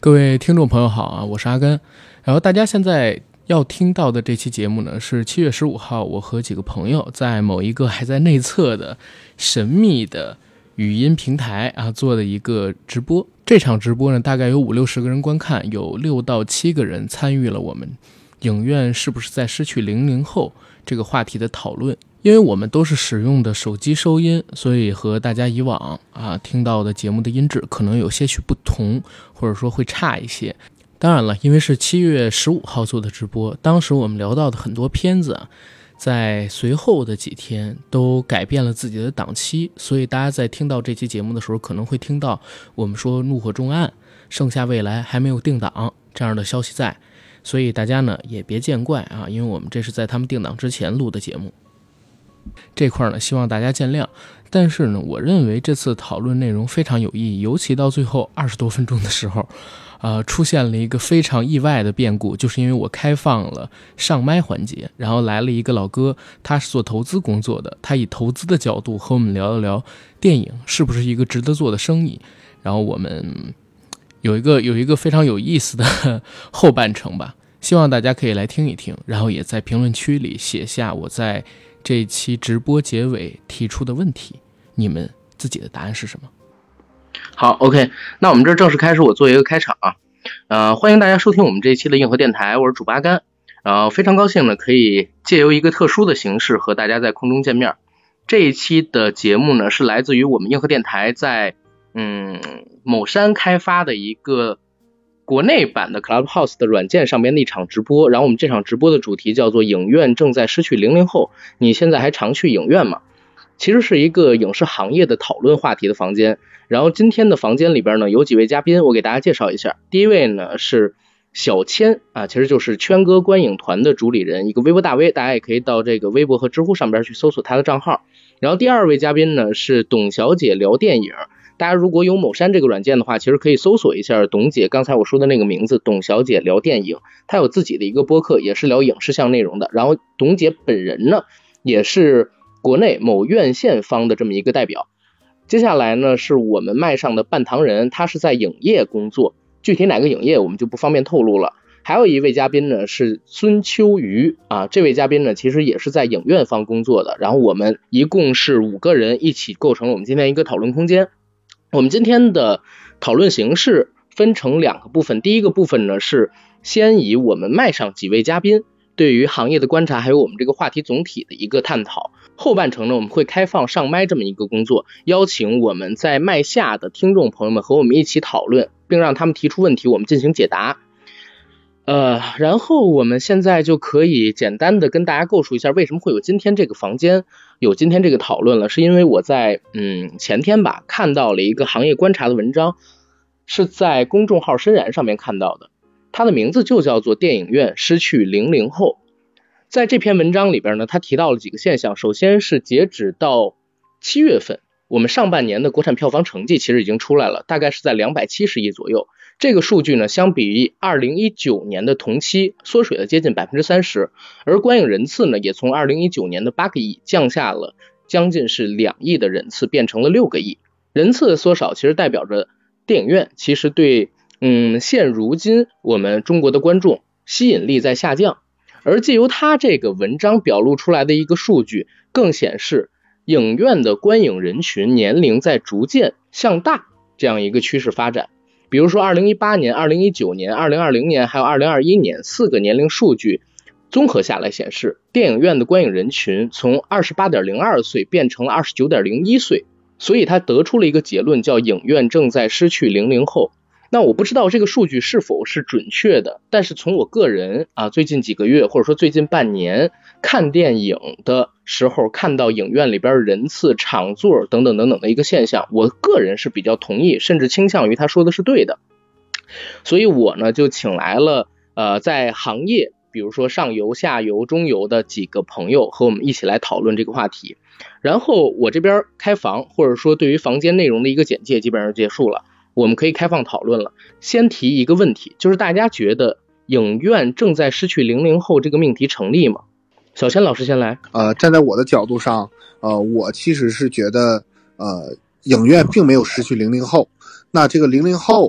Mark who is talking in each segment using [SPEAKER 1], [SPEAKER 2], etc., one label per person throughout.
[SPEAKER 1] 各位听众朋友好啊，我是阿甘。然后大家现在要听到的这期节目呢，是7月15号，我和几个朋友在某一个还在内测的神秘的语音平台做的一个直播。这场直播呢，大概有50-60个人观看，有6到7个人参与了我们影院是不是在失去00后这个话题的讨论。因为我们都是使用的手机收音，所以和大家以往听到的节目的音质可能有些许不同，或者说会差一些。当然了，因为是7月15号做的直播，当时我们聊到的很多片子在随后的几天都改变了自己的档期，所以大家在听到这期节目的时候，可能会听到我们说《怒火重案》《盛夏未来》还没有定档这样的消息在，所以大家呢也别见怪因为我们这是在他们定档之前录的节目。这块呢，希望大家见谅。但是呢，我认为这次讨论内容非常有意义，尤其到最后20多分钟的时候，出现了一个非常意外的变故，就是因为我开放了上麦环节，然后来了一个老哥，他是做投资工作的，他以投资的角度和我们聊一聊电影是不是一个值得做的生意。然后我们有一个非常有意思的后半程吧，希望大家可以来听一听，然后也在评论区里写下我在这一期直播结尾提出的问题，你们自己的答案是什么？
[SPEAKER 2] 好 ，OK， 那我们这正式开始，我做一个开场欢迎大家收听我们这一期的硬核电台，我是主播阿甘，非常高兴呢，可以借由一个特殊的形式和大家在空中见面。这一期的节目呢，是来自于我们硬核电台在某山开发的一个国内版的 Clubhouse 的软件上面的一场直播，然后我们这场直播的主题叫做影院正在失去00后，你现在还常去影院吗？其实是一个影视行业的讨论话题的房间。然后今天的房间里边呢，有几位嘉宾，我给大家介绍一下。第一位呢是小千其实就是圈哥观影团的主理人，一个微博大 V， 大家也可以到这个微博和知乎上边去搜索他的账号。然后第二位嘉宾呢是董小姐聊电影，大家如果有某山这个软件的话，其实可以搜索一下董姐刚才我说的那个名字，董小姐聊电影，她有自己的一个播客，也是聊影视项内容的。然后董姐本人呢也是国内某院线方的这么一个代表。接下来呢是我们麦上的半糖人，他是在影业工作，具体哪个影业我们就不方便透露了。还有一位嘉宾呢是孙秋瑜这位嘉宾呢其实也是在影院方工作的。然后我们一共是5个人一起构成了我们今天一个讨论空间。我们今天的讨论形式分成2个部分，第一个部分呢是先以我们麦上几位嘉宾对于行业的观察，还有我们这个话题总体的一个探讨。后半程呢，我们会开放上麦这么一个工作，邀请我们在麦下的听众朋友们和我们一起讨论，并让他们提出问题，我们进行解答。然后我们现在就可以简单的跟大家构述一下为什么会有今天这个房间，有今天这个讨论了，是因为我在前天吧看到了一个行业观察的文章，是在公众号深燃上面看到的，它的名字就叫做电影院失去00后。在这篇文章里边呢，他提到了几个现象。首先是截止到7月份，我们上半年的国产票房成绩其实已经出来了，大概是在270亿左右。这个数据呢，相比于2019年的同期缩水了接近 30%， 而观影人次呢，也从2019年的8个亿降下了将近是2亿的人次，变成了6个亿。人次的缩少其实代表着电影院其实对现如今我们中国的观众吸引力在下降。而借由他这个文章表露出来的一个数据，更显示影院的观影人群年龄在逐渐向大这样一个趋势发展。比如说2018年、2019年、2020年还有2021年4个年龄数据综合下来显示，电影院的观影人群从 28.02 岁变成了 29.01 岁，所以他得出了一个结论，叫影院正在失去00后。那我不知道这个数据是否是准确的，但是从我个人最近几个月或者说最近半年看电影的时候，看到影院里边人次、场座等等等等的一个现象，我个人是比较同意，甚至倾向于他说的是对的。所以我呢就请来了在行业比如说上游、下游、中游的几个朋友和我们一起来讨论这个话题。然后我这边开房或者说对于房间内容的一个简介基本上结束了，我们可以开放讨论了。先提一个问题，就是大家觉得影院正在失去00后这个命题成立吗？小千老师先来。
[SPEAKER 3] 站在我的角度上，我其实是觉得影院并没有失去00后。那这个00后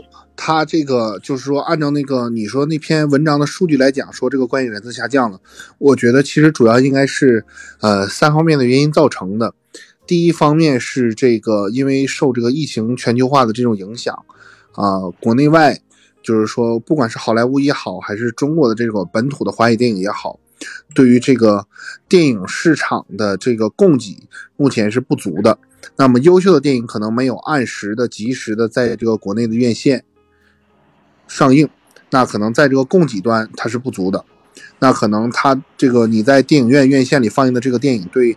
[SPEAKER 3] 它这个就是说按照那个你说那篇文章的数据来讲，说这个观影人次下降了，我觉得其实主要应该是3方面的原因造成的。第一方面是这个因为受这个疫情全球化的这种影响国内外就是说不管是好莱坞也好，还是中国的这个本土的华语电影也好，对于这个电影市场的这个供给目前是不足的。那么优秀的电影可能没有按时的及时的在这个国内的院线上映，那可能在这个供给端它是不足的，那可能它这个你在电影院院线里放映的这个电影对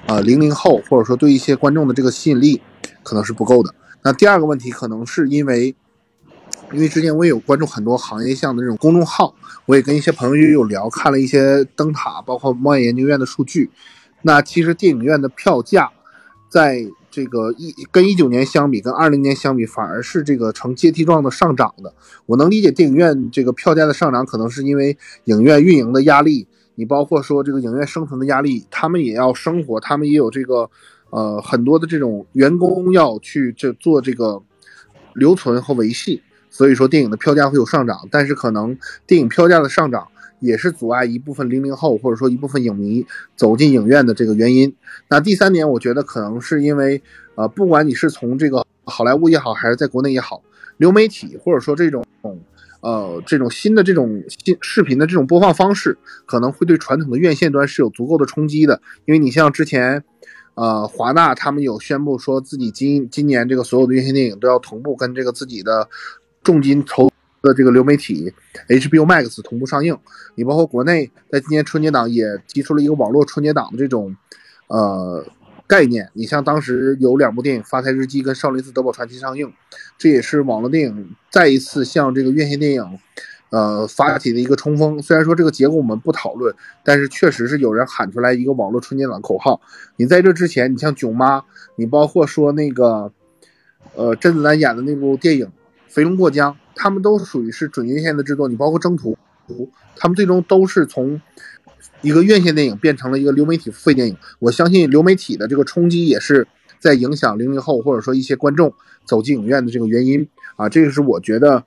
[SPEAKER 3] 00后或者说对一些观众的这个吸引力可能是不够的。那第二个问题可能是因为之前我也有关注很多行业项的这种公众号，我也跟一些朋友也有聊，看了一些灯塔包括猫眼研究院的数据。那其实电影院的票价在这个跟19年相比，跟20年相比，反而是这个呈阶梯状的上涨的。我能理解电影院这个票价的上涨可能是因为影院运营的压力，你包括说这个影院生存的压力，他们也要生活，他们也有这个很多的这种员工要去做这个留存和维系，所以说电影的票价会有上涨。但是可能电影票价的上涨也是阻碍一部分00后或者说一部分影迷走进影院的这个原因。那第三点我觉得可能是因为不管你是从这个好莱坞也好，还是在国内也好，流媒体或者说这种新的这种视频的这种播放方式可能会对传统的院线端是有足够的冲击的。因为你像之前华纳他们有宣布说自己今年这个所有的院线电影都要同步跟这个自己的重金投的这个流媒体 HBO Max 同步上映。你包括国内在今年春节档也提出了一个网络春节档的这种概念。你像当时有2部电影《发财日记》跟《少林寺德宝传奇》上映，这也是网络电影再一次向这个院线电影发起的一个冲锋。虽然说这个结果我们不讨论，但是确实是有人喊出来一个网络春节档口号。你在这之前，你像囧妈，你包括说那个甄子丹演的那部电影《肥龙过江》，他们都属于是准院线的制作。你包括征途，他们最终都是从一个院线电影变成了一个流媒体付费电影。我相信流媒体的这个冲击也是在影响00后或者说一些观众走进影院的这个原因这个是我觉得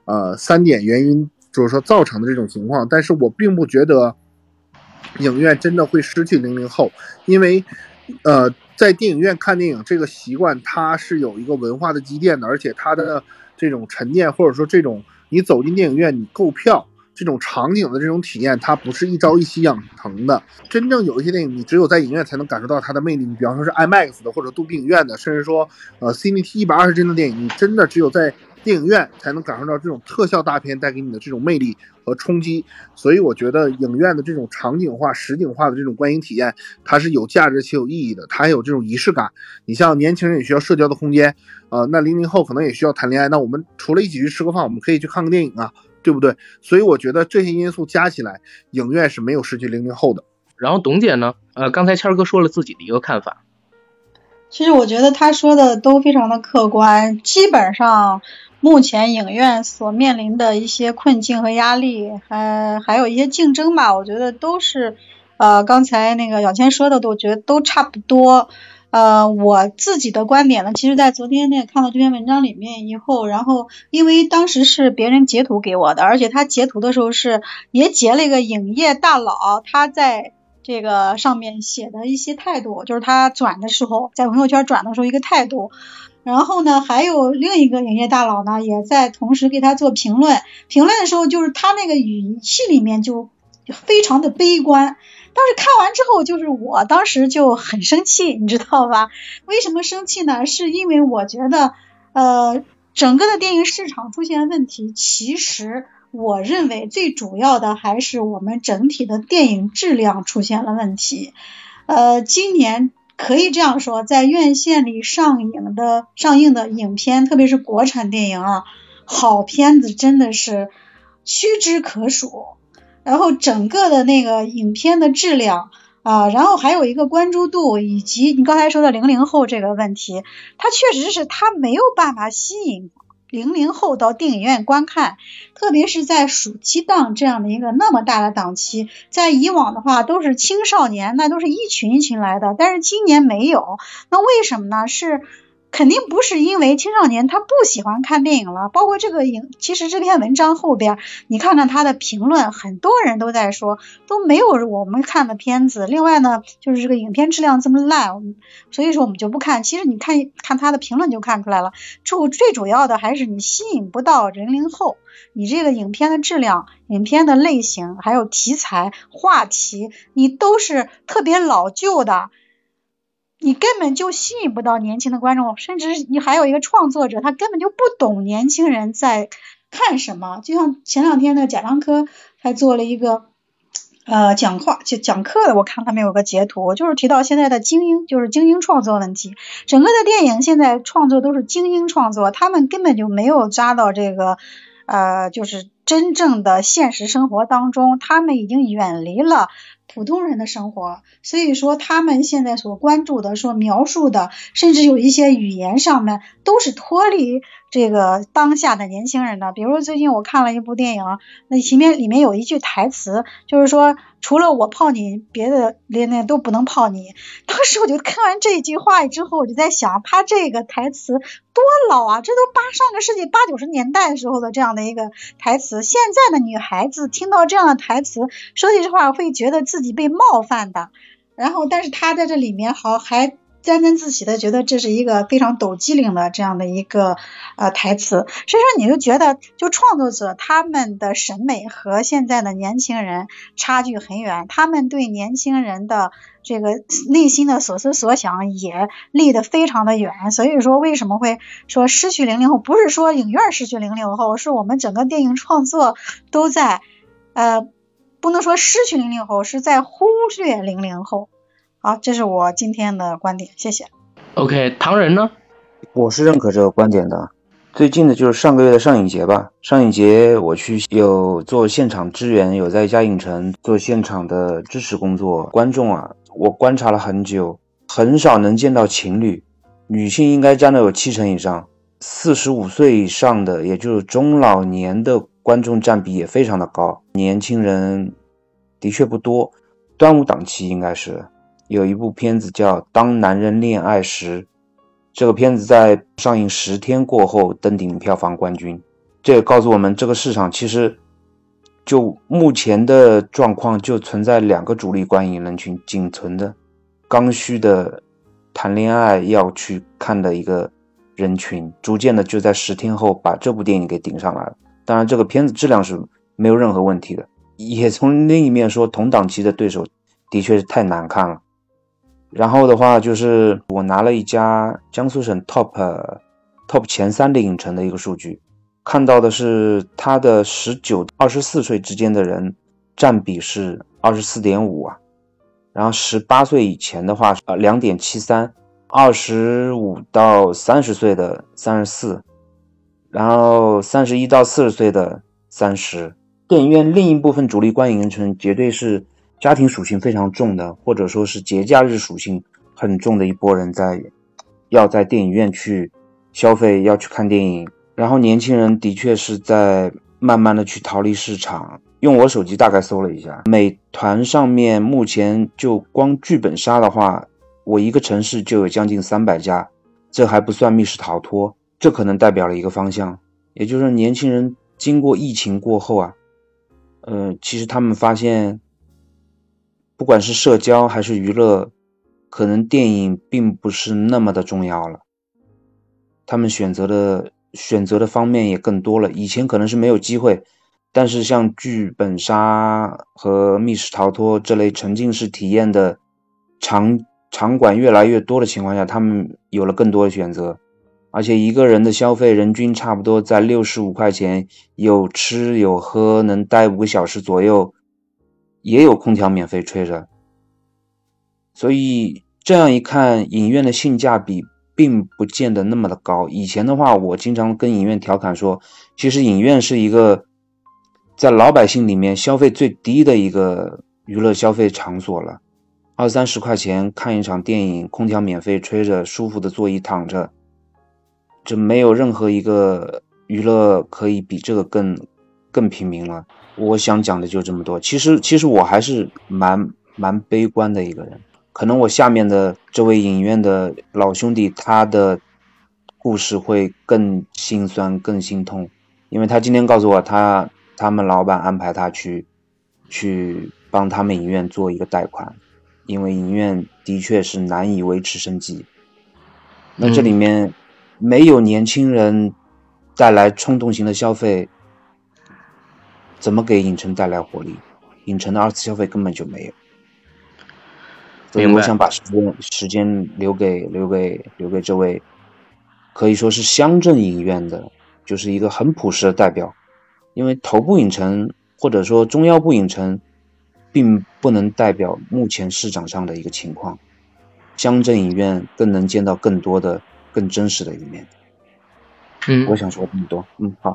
[SPEAKER 3] 3点原因就是说造成的这种情况。但是我并不觉得影院真的会失去00后，因为在电影院看电影这个习惯它是有一个文化的积淀的，而且它的这种沉淀或者说这种你走进电影院你购票这种场景的这种体验，它不是一朝一夕养成的。真正有一些电影你只有在影院才能感受到它的魅力，你比方说是 IMAX 的或者杜比影院的，甚至说CNT 120帧的电影，你真的只有在电影院才能感受到这种特效大片带给你的这种魅力和冲击。所以我觉得影院的这种场景化实景化的这种观影体验它是有价值且有意义的，它还有这种仪式感。你像年轻人也需要社交的空间那00后可能也需要谈恋爱，那我们除了一起去吃个饭，我们可以去看个电影对不对？所以我觉得这些因素加起来，影院是没有失去00后的。
[SPEAKER 2] 然后董姐呢刚才谦哥说了自己的一个看法。
[SPEAKER 4] 其实我觉得他说的都非常的客观，基本上目前影院所面临的一些困境和压力还有一些竞争吧，我觉得都是刚才那个小谦说的我觉得都差不多。我自己的观点呢，其实在昨天那个看到这篇文章里面以后，然后因为当时是别人截图给我的，而且他截图的时候是也截了一个影业大佬他在这个上面写的一些态度，就是他转的时候在朋友圈转的时候一个态度。然后呢还有另一个影业大佬呢也在同时给他做评论的时候，就是他那个语气里面就非常的悲观。当时看完之后，就是我当时就很生气，你知道吧？为什么生气呢？是因为我觉得整个的电影市场出现问题，其实我认为最主要的还是我们整体的电影质量出现了问题。今年可以这样说，在院线里上映的影片，特别是国产电影好片子真的是屈指可数。然后整个的那个影片的质量然后还有一个关注度，以及你刚才说的00后这个问题，它确实是它没有办法吸引00后到电影院观看，特别是在暑期档这样的一个那么大的档期。在以往的话都是青少年，那都是一群一群来的，但是今年没有。那为什么呢？是肯定不是因为青少年他不喜欢看电影了，包括这个其实这篇文章后边你看看他的评论，很多人都在说都没有我们看的片子。另外呢，就是这个影片质量这么烂，所以说我们就不看。其实你看他的评论就看出来了，最主要的还是你吸引不到00后，你这个影片的质量、影片的类型还有题材话题，你都是特别老旧的，你根本就吸引不到年轻的观众，甚至你还有一个创作者，他根本就不懂年轻人在看什么。就像前两天的贾樟柯还做了一个讲课的，我看他们有个截图，就是提到现在的精英创作问题。整个的电影现在创作都是精英创作，他们根本就没有抓到这个就是真正的现实生活当中，他们已经远离了普通人的生活，所以说他们现在所关注的、所描述的，甚至有一些语言上面都是脱离这个当下的年轻人的。比如最近我看了一部电影，那里面有一句台词，就是说除了我泡你，别的连都不能泡你。当时我就看完这句话之后，我就在想，他这个台词多老啊，这都上个世纪80、90年代的时候的这样的一个台词。现在的女孩子听到这样的台词，说句实话会觉得自己被冒犯的，然后但是他在这里面还沾沾自喜的觉得这是一个非常抖机灵的这样的一个台词。所以说你就觉得就创作者他们的审美和现在的年轻人差距很远，他们对年轻人的这个内心的所思所想也离得非常的远。所以说为什么会说失去00后，不是说影院失去00后，是我们整个电影创作都在不能说失去00后，是在忽略00后。好，这是我今天的观点，谢谢。
[SPEAKER 2] OK， 唐人呢？
[SPEAKER 5] 我是认可这个观点的。最近的就是上个月的上影节吧，上影节我去有做现场支援，有在一家影城做现场的支持工作。观众啊，我观察了很久，很少能见到情侣，女性应该占到有70%以上，45岁以上的也就是中老年的观众占比也非常的高，年轻人的确不多。端午档期应该是有一部片子叫《当男人恋爱时》，这个片子在上映10天过后登顶票房冠军。这也告诉我们，这个市场其实就目前的状况就存在2个主力观影人群，仅存的刚需的谈恋爱要去看的一个人群，逐渐的就在10天后把这部电影给顶上来了。当然这个片子质量是没有任何问题的，也从另一面说同档期的对手的确是太难看了。然后的话就是我拿了一家江苏省 top 前3的影城的一个数据，看到的是它的19到24岁之间的人占比是 24.5 啊，然后18岁以前的话2.73， 25到30岁的34，然后31到40岁的30。电影院另一部分主力观影人群绝对是家庭属性非常重的，或者说是节假日属性很重的一波人要在电影院去消费，要去看电影。然后年轻人的确是在慢慢的去逃离市场。用我手机大概搜了一下，美团上面目前就光剧本杀的话，我一个城市就有将近300家，这还不算密室逃脱。这可能代表了一个方向，也就是年轻人经过疫情过后啊，其实他们发现不管是社交还是娱乐，可能电影并不是那么的重要了，他们选择的方面也更多了。以前可能是没有机会，但是像剧本杀和密室逃脱这类沉浸式体验的场馆越来越多的情况下，他们有了更多的选择。而且一个人的消费人均差不多在65块钱，有吃有喝，能待5个小时左右，也有空调免费吹着。所以这样一看，影院的性价比并不见得那么的高。以前的话，我经常跟影院调侃说，其实影院是一个在老百姓里面消费最低的一个娱乐消费场所了。20-30块钱看一场电影，空调免费吹着，舒服的座椅躺着，这没有任何一个娱乐可以比这个更平民了。我想讲的就这么多。其实我还是蛮悲观的一个人。可能我下面的这位影院的老兄弟，他的故事会更心酸更心痛。因为他今天告诉我他们老板安排他去帮他们影院做一个贷款，因为影院的确是难以维持生计。那这里面没有年轻人带来冲动型的消费，怎么给影城带来活力？影城的二次消费根本就没有。所以我想把时间留给这位可以说是乡镇影院的，就是一个很朴实的代表。因为头部影城或者说中腰部影城并不能代表目前市场上的一个情况，乡镇影院更能见到更多的更真实的一面。我想说这么多。好。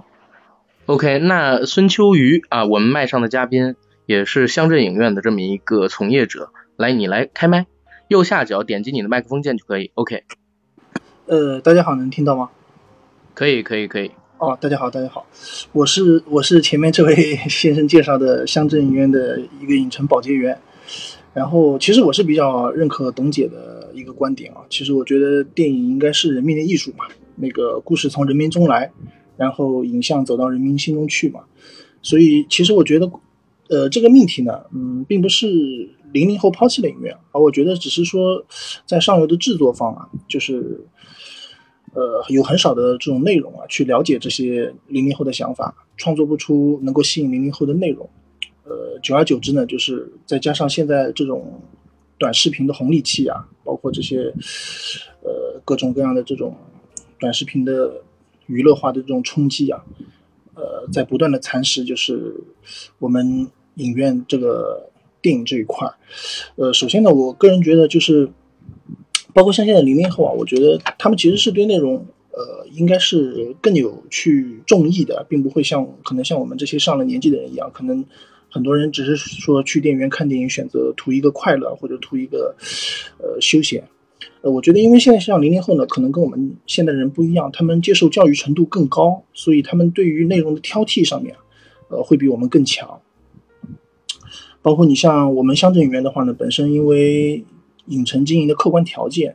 [SPEAKER 2] OK， 那孙秋瑜啊，我们麦上的嘉宾也是乡镇影院的这么一个从业者，来，你来开麦，右下角点击你的麦克风键就可以。OK。
[SPEAKER 6] 大家好，能听到吗？
[SPEAKER 2] 可以。
[SPEAKER 6] 哦，大家好，我是前面这位先生介绍的乡镇影院的一个影城保洁员。然后其实我是比较认可董姐的一个观点啊，其实我觉得电影应该是人民的艺术嘛，那个故事从人民中来，然后影像走到人民心中去嘛。所以其实我觉得这个命题呢，并不是00后抛弃了影院，而我觉得只是说在上游的制作方啊，就是有很少的这种内容啊，去了解这些00后的想法，创作不出能够吸引00后的内容。久而久之呢，就是再加上现在这种短视频的红利期啊，包括这些各种各样的这种短视频的娱乐化的这种冲击啊，在不断的蚕食就是我们影院这个电影这一块。首先呢，我个人觉得就是包括像现在00后啊，我觉得他们其实是对内容应该是更有去重意的，并不会可能像我们这些上了年纪的人一样，可能很多人只是说去电影院看电影选择图一个快乐或者图一个休闲。我觉得因为现在像00后呢，可能跟我们现代人不一样，他们接受教育程度更高，所以他们对于内容的挑剔上面会比我们更强。包括你像我们乡镇影院的话呢，本身因为影城经营的客观条件，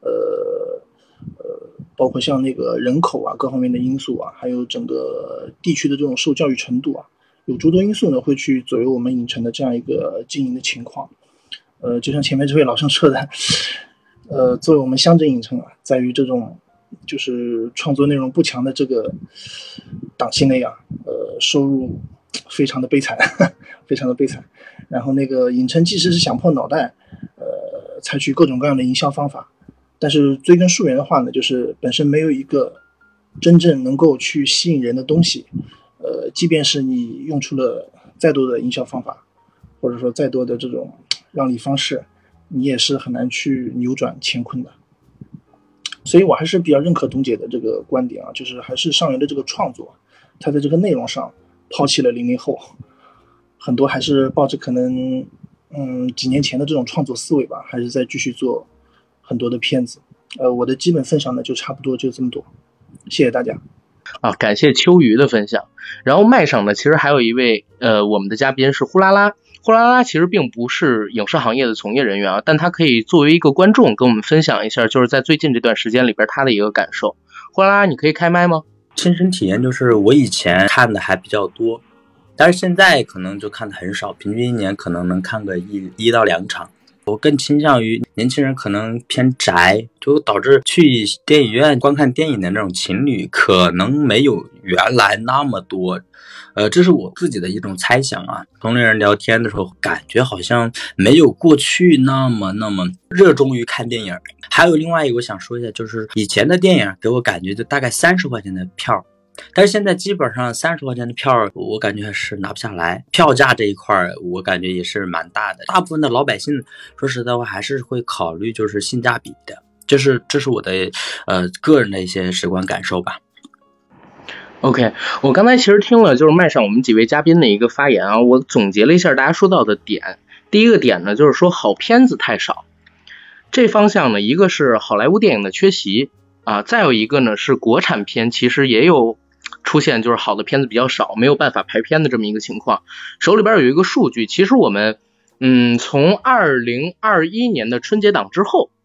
[SPEAKER 6] 包括像那个人口啊各方面的因素啊，还有整个地区的这种受教育程度啊，有诸多因素呢会去左右我们影城的这样一个经营的情况。就像前面这位老生说的，作为我们乡镇影城啊，在于这种就是创作内容不强的这个档期内啊，收入非常的悲惨，非常的悲惨。然后那个影城即使是想破脑袋，采取各种各样的营销方法，但是追根溯源的话呢，就是本身没有一个真正能够去吸引人的东西。即便是你用出了再多的营销方法，或者说再多的这种让利方式，你也是很难去扭转乾坤的。所以我还是比较认可董姐的这个观点啊，就是还是上游的这个创作，它在这个内容上抛弃了00后，很多还是抱着可能几年前的这种创作思维吧，还是在继续做很多的片子。我的基本分享呢就差不多就这么多，谢谢大家。
[SPEAKER 2] 感谢秋瑜的分享。然后麦上呢，其实还有一位我们的嘉宾是呼啦啦。呼啦啦其实并不是影视行业的从业人员啊，但他可以作为一个观众跟我们分享一下，就是在最近这段时间里边他的一个感受。呼啦啦，你可以开麦吗？
[SPEAKER 7] 亲身体验就是我以前看的还比较多，但是现在可能就看的很少，平均一年可能能看个一到2场。我更倾向于年轻人可能偏宅，就导致去电影院观看电影的那种情侣可能没有原来那么多。这是我自己的一种猜想啊。同龄人聊天的时候，感觉好像没有过去那么热衷于看电影。还有另外一个我想说一下，就是以前的电影给我感觉就大概30块钱的票，但是现在基本上30块钱的票我感觉是拿不下来，票价这一块我感觉也是蛮大的。大部分的老百姓说实在话还是会考虑就是性价比的，这是我的个人的一些直观感受吧。
[SPEAKER 2] OK， 我刚才其实听了就是麦上我们几位嘉宾的一个发言啊，我总结了一下大家说到的点。第一个点呢，就是说好片子太少，这方向呢，一个是好莱坞电影的缺席啊，再有一个呢是国产片其实也有出现就是好的片子比较少，没有办法排片的这么一个情况。手里边有一个数据，其实我们从2021年的春节档之后，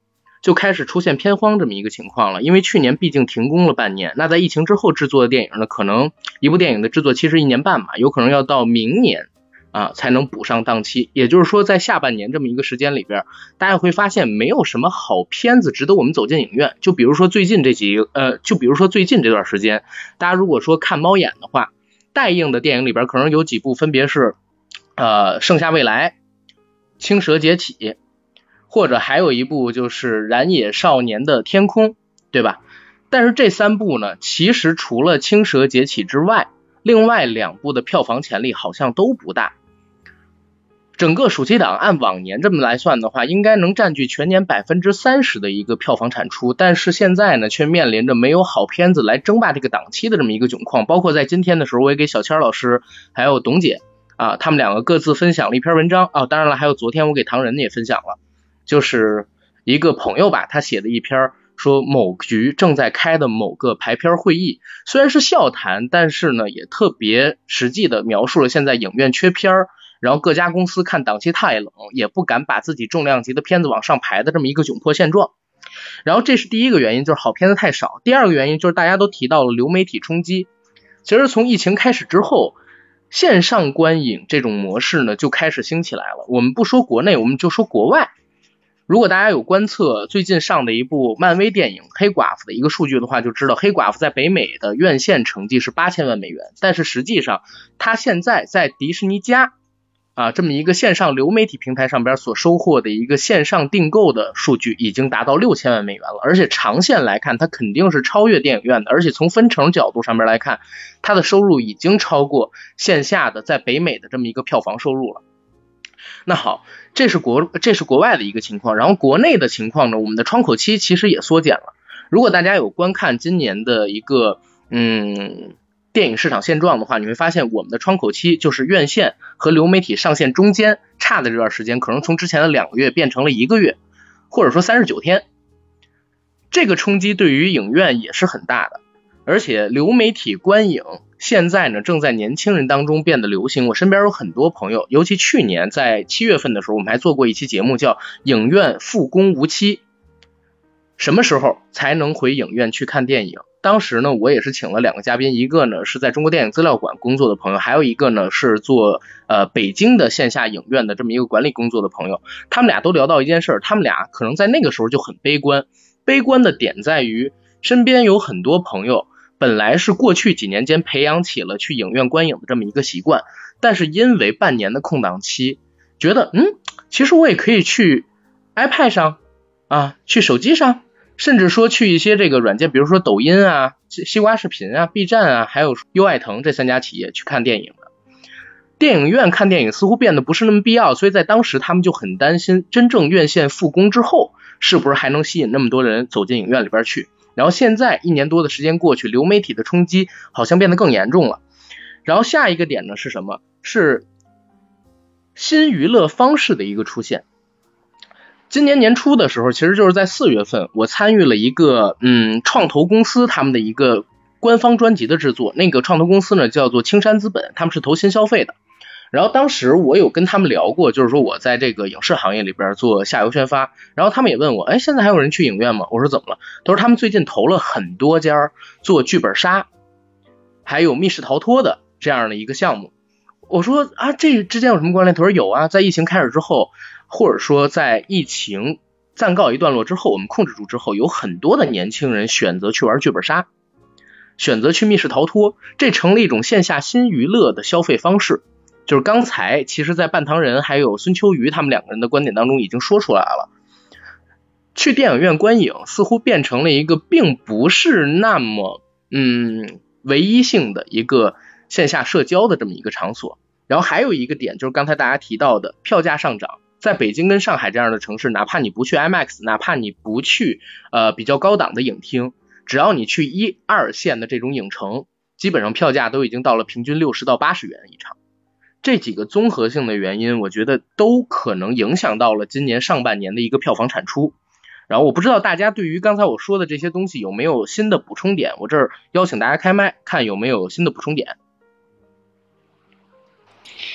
[SPEAKER 2] 就开始出现偏荒这么一个情况了。因为去年毕竟停工了半年，那在疫情之后制作的电影呢，可能一部电影的制作期是1年半嘛，有可能要到明年才能补上档期。也就是说在下半年这么一个时间里边，大家会发现没有什么好片子值得我们走进影院。就比如说最近这段时间，大家如果说看猫眼的话，待映的电影里边可能有几部分别是盛夏未来、青蛇劫起，或者还有一部就是燃野少年的天空，对吧？但是这3部呢，其实除了青蛇劫起之外，另外2部的票房潜力好像都不大。整个暑期档按往年这么来算的话，应该能占据全年 30% 的一个票房产出，但是现在呢，却面临着没有好片子来争霸这个档期的这么一个窘况。包括在今天的时候，我也给小千老师还有董姐他们2个各自分享了一篇文章当然了，还有昨天我给唐人也分享了，就是一个朋友吧，他写的一篇说某局正在开的某个排片会议，虽然是笑谈，但是呢也特别实际的描述了现在影院缺片，然后各家公司看档期太冷，也不敢把自己重量级的片子往上排的这么一个窘迫现状。然后这是第一个原因，就是好片子太少。第二个原因就是大家都提到了流媒体冲击。其实从疫情开始之后，线上观影这种模式呢就开始兴起来了。我们不说国内，我们就说国外。如果大家有观测最近上的一部漫威电影黑寡妇的一个数据的话，就知道黑寡妇在北美的院线成绩是8000万美元，但是实际上它现在在迪士尼家这么一个线上流媒体平台上边所收获的一个线上订购的数据已经达到6000万美元了，而且长线来看它肯定是超越电影院的，而且从分成角度上面来看，它的收入已经超过线下的在北美的这么一个票房收入了。那好，这是国外的一个情况。然后国内的情况呢，我们的窗口期其实也缩减了。如果大家有观看今年的一个电影市场现状的话，你会发现我们的窗口期就是院线和流媒体上线中间差的这段时间，可能从之前的2个月变成了1个月，或者说39天。这个冲击对于影院也是很大的。而且流媒体观影现在呢正在年轻人当中变得流行。我身边有很多朋友，尤其去年在7月份的时候，我们还做过一期节目叫影院复工无期，什么时候才能回影院去看电影。当时呢我也是请了2个嘉宾，一个呢是在中国电影资料馆工作的朋友，还有一个呢是做北京的线下影院的这么一个管理工作的朋友。他们俩都聊到一件事，他们俩可能在那个时候就很悲观。悲观的点在于身边有很多朋友本来是过去几年间培养起了去影院观影的这么一个习惯，但是因为半年的空档期，觉得其实我也可以去 iPad 上去手机上，甚至说去一些这个软件，比如说抖音西瓜视频B 站还有优爱腾这3家企业去看电影的。电影院看电影似乎变得不是那么必要，所以在当时他们就很担心真正院线复工之后是不是还能吸引那么多人走进影院里边去。然后现在1年多的时间过去，流媒体的冲击好像变得更严重了。然后下一个点呢是什么？是新娱乐方式的一个出现。今年年初的时候，其实就是在4月份，我参与了一个创投公司他们的一个官方专辑的制作。那个创投公司呢叫做青山资本，他们是投新消费的。然后当时我有跟他们聊过，就是说我在这个影视行业里边做下游宣发，然后他们也问我，现在还有人去影院吗？我说怎么了？他说他们最近投了很多家做剧本杀还有密室逃脱的这样的一个项目。我说这之间有什么关联？他说有在疫情开始之后，或者说在疫情暂告一段落之后，我们控制住之后，有很多的年轻人选择去玩剧本杀，选择去密室逃脱，这成了一种线下新娱乐的消费方式。就是刚才其实在半堂人还有孙秋瑜他们2个人的观点当中已经说出来了，去电影院观影似乎变成了一个并不是那么唯一性的一个线下社交的这么一个场所。然后还有一个点就是刚才大家提到的票价上涨，在北京跟上海这样的城市，哪怕你不去 IMAX， 哪怕你不去比较高档的影厅，只要你去1、2线的这种影城，基本上票价都已经到了平均60到80元一场。这几个综合性的原因，我觉得都可能影响到了今年上半年的一个票房产出。然后我不知道大家对于刚才我说的这些东西有没有新的补充点，我这儿邀请大家开麦看有没有新的补充点。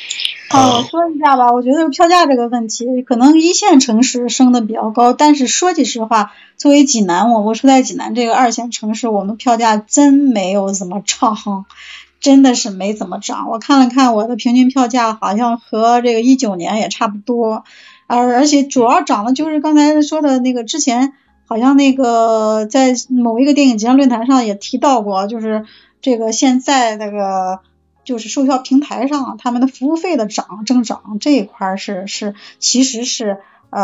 [SPEAKER 4] 我说一下吧，我觉得票价这个问题，可能一线城市升的比较高，但是说句实话，作为济南，我处在济南这个2线城市，我们票价真没有怎么涨，真的是没怎么涨。我看了看我的平均票价，好像和这个19年也差不多，而且主要涨的就是刚才说的那个，之前好像那个在某一个电影节上论坛上也提到过，就是这个现在那个就是售票平台上他们的服务费的增长这一块其实是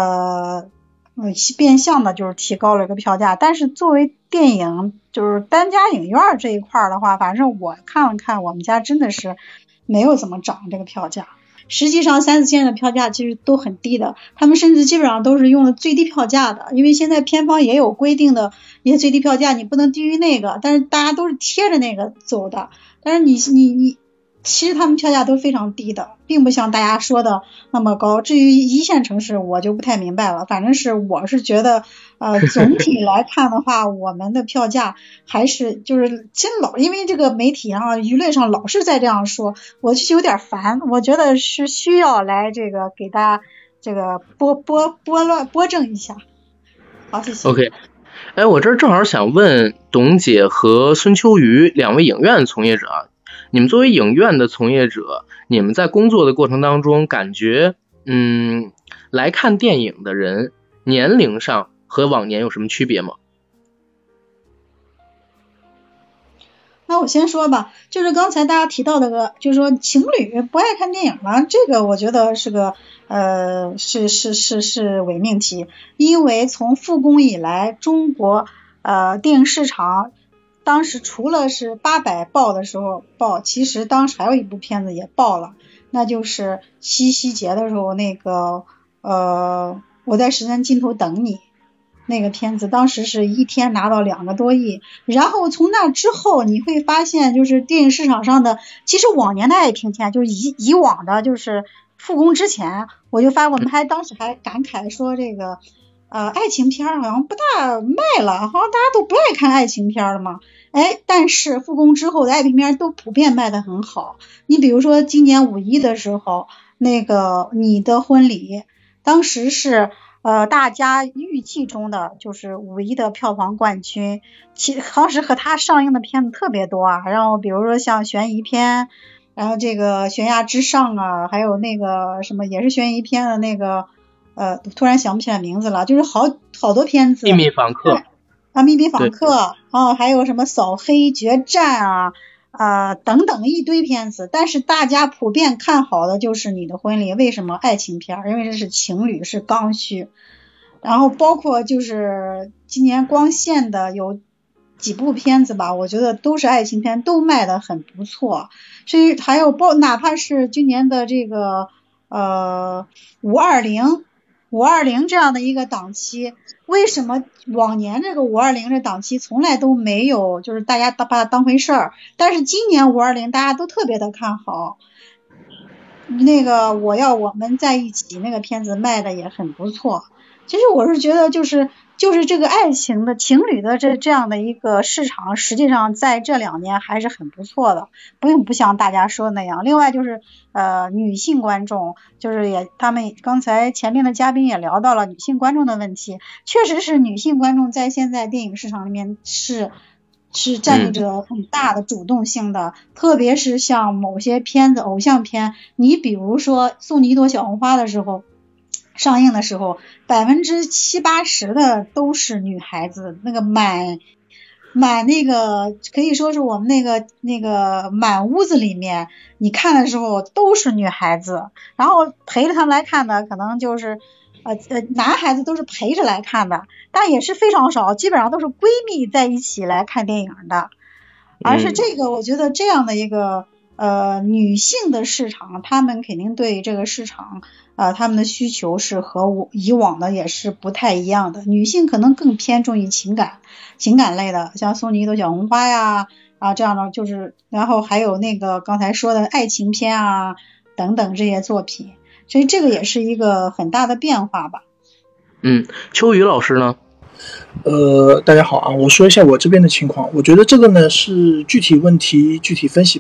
[SPEAKER 4] 变相的就是提高了一个票价，但是作为电影就是单家影院这一块的话，反正我看了看我们家真的是没有怎么涨这个票价。实际上3、4线的票价其实都很低的，他们甚至基本上都是用的最低票价的，因为现在片方也有规定的一些最低票价，你不能低于那个，但是大家都是贴着那个走的，但是你其实他们票价都非常低的，并不像大家说的那么高。至于1线城市我就不太明白了，反正是我是觉得总体来看的话我们的票价还是就是真因为这个媒体上舆论上老是在这样说，我就有点烦，我觉得是需要来这个给大家这个拨正一下。好，谢谢。
[SPEAKER 2] OK， 我这儿正好想问董姐和孙秋雨2位影院从业者啊，你们作为影院的从业者，你们在工作的过程当中感觉来看电影的人年龄上和往年有什么区别吗？
[SPEAKER 4] 那我先说吧，就是刚才大家提到的就是说情侣不爱看电影了，这个我觉得是个是伪命题，因为从复工以来，中国电影市场当时除了是800爆的时候爆，其实当时还有一部片子也爆了，那就是七夕节的时候那个我在时间尽头等你那个片子，当时是一天拿到2个多亿。然后从那之后你会发现，就是电影市场上的，其实往年的爱情片，就是以往的就是复工之前，我就发现我们当时还感慨说这个爱情片好像不大卖了，好像大家都不爱看爱情片了嘛。但是复工之后的爱情片都普遍卖得很好。你比如说今年5·1的时候，那个你的婚礼，当时是大家预计中的就是5·1的票房冠军，当时和他上映的片子特别多啊，然后比如说像悬疑片，然后这个悬崖之上啊，还有那个什么也是悬疑片的那个突然想不起来名字了，就是好多片子，
[SPEAKER 2] 秘密访客
[SPEAKER 4] 秘密访客还有什么扫黑决战等等一堆片子，但是大家普遍看好的就是你的婚礼。为什么？爱情片，因为这是情侣，是刚需。然后包括就是今年光线的有几部片子吧，我觉得都是爱情片，都卖得很不错。所以还有哪怕是今年的这个520这样的一个档期，为什么往年这个520这档期从来都没有就是大家把它当回事儿，但是今年520大家都特别的看好。那个我们在一起那个片子卖的也很不错。其实我是觉得就是这个爱情的情侣的这样的一个市场，实际上在这2年还是很不错的，并不像大家说的那样。另外就是女性观众，就是他们刚才前面的嘉宾也聊到了女性观众的问题，确实是女性观众在现在电影市场里面是占据着很大的主动性的，特别是像某些片子偶像片，你比如说送你一朵小红花的时候上映的时候，70%-80%的都是女孩子，那个满那个可以说是我们那个满屋子里面，你看的时候都是女孩子，然后陪着他们来看的可能就是男孩子都是陪着来看的，但也是非常少，基本上都是闺蜜在一起来看电影的。而是这个我觉得这样的一个女性的市场，她们肯定对这个市场她们的需求是和以往的也是不太一样的。女性可能更偏重于情感类的，像送你一朵小红花呀这样的，就是然后还有那个刚才说的爱情片等等这些作品，所以这个也是一个很大的变化吧。
[SPEAKER 2] 秋雨老师呢？
[SPEAKER 6] 大家好啊，我说一下我这边的情况。我觉得这个呢是具体问题具体分析吧。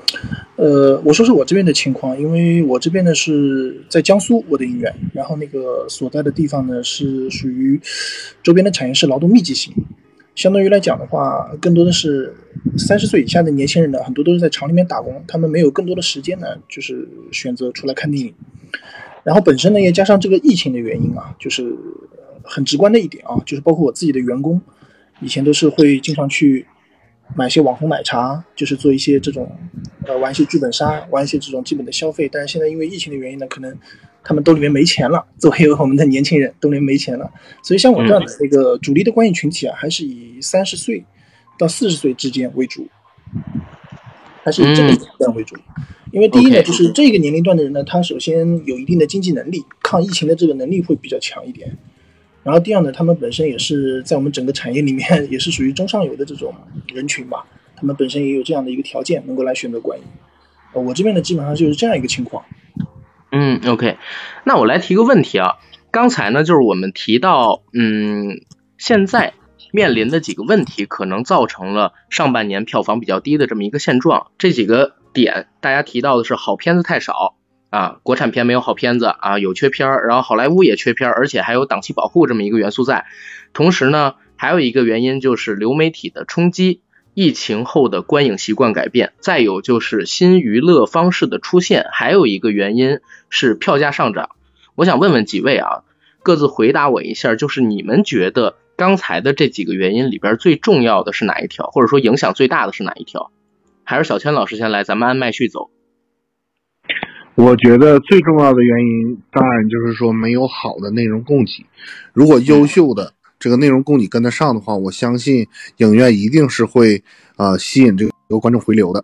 [SPEAKER 6] 我说说我这边的情况，因为我这边呢是在江苏我的影院，然后那个所在的地方呢是属于周边的产业是劳动密集型，相当于来讲的话，更多的是30岁以下的年轻人呢，很多都是在厂里面打工，他们没有更多的时间呢，就是选择出来看电影。然后本身呢也加上这个疫情的原因啊，就是很直观的一点啊，就是包括我自己的员工，以前都是会经常去买一些网红奶茶，就是做一些这种玩一些剧本杀，玩一些这种基本的消费。但是现在因为疫情的原因呢，可能他们兜里面没钱了，作为我们的年轻人兜里面没钱了，所以像我这样的那个主力的观影群体啊，还是以30岁到40岁之间为主，还是以这个年龄段为主。因为第一呢，就是这个年龄段的人呢，他首先有一定的经济能力，抗疫情的这个能力会比较强一点。然后第二呢，他们本身也是在我们整个产业里面也是属于中上游的这种人群吧，他们本身也有这样的一个条件能够来选择观影。我这边呢基本上就是这样一个情况。
[SPEAKER 2] OK， 那我来提个问题啊，刚才呢就是我们提到现在面临的几个问题可能造成了上半年票房比较低的这么一个现状，这几个点大家提到的是好片子太少啊，国产片没有好片子啊，有缺片，然后好莱坞也缺片，而且还有档期保护这么一个元素在。同时呢，还有一个原因就是流媒体的冲击，疫情后的观影习惯改变，再有就是新娱乐方式的出现，还有一个原因是票价上涨。我想问问几位啊，各自回答我一下，就是你们觉得刚才的这几个原因里边最重要的是哪一条，或者说影响最大的是哪一条？还是小千老师先来，咱们按麦序走。
[SPEAKER 3] 我觉得最重要的原因当然就是说没有好的内容供给，如果优秀的这个内容供给跟得上的话，我相信影院一定是会吸引这个观众回流的。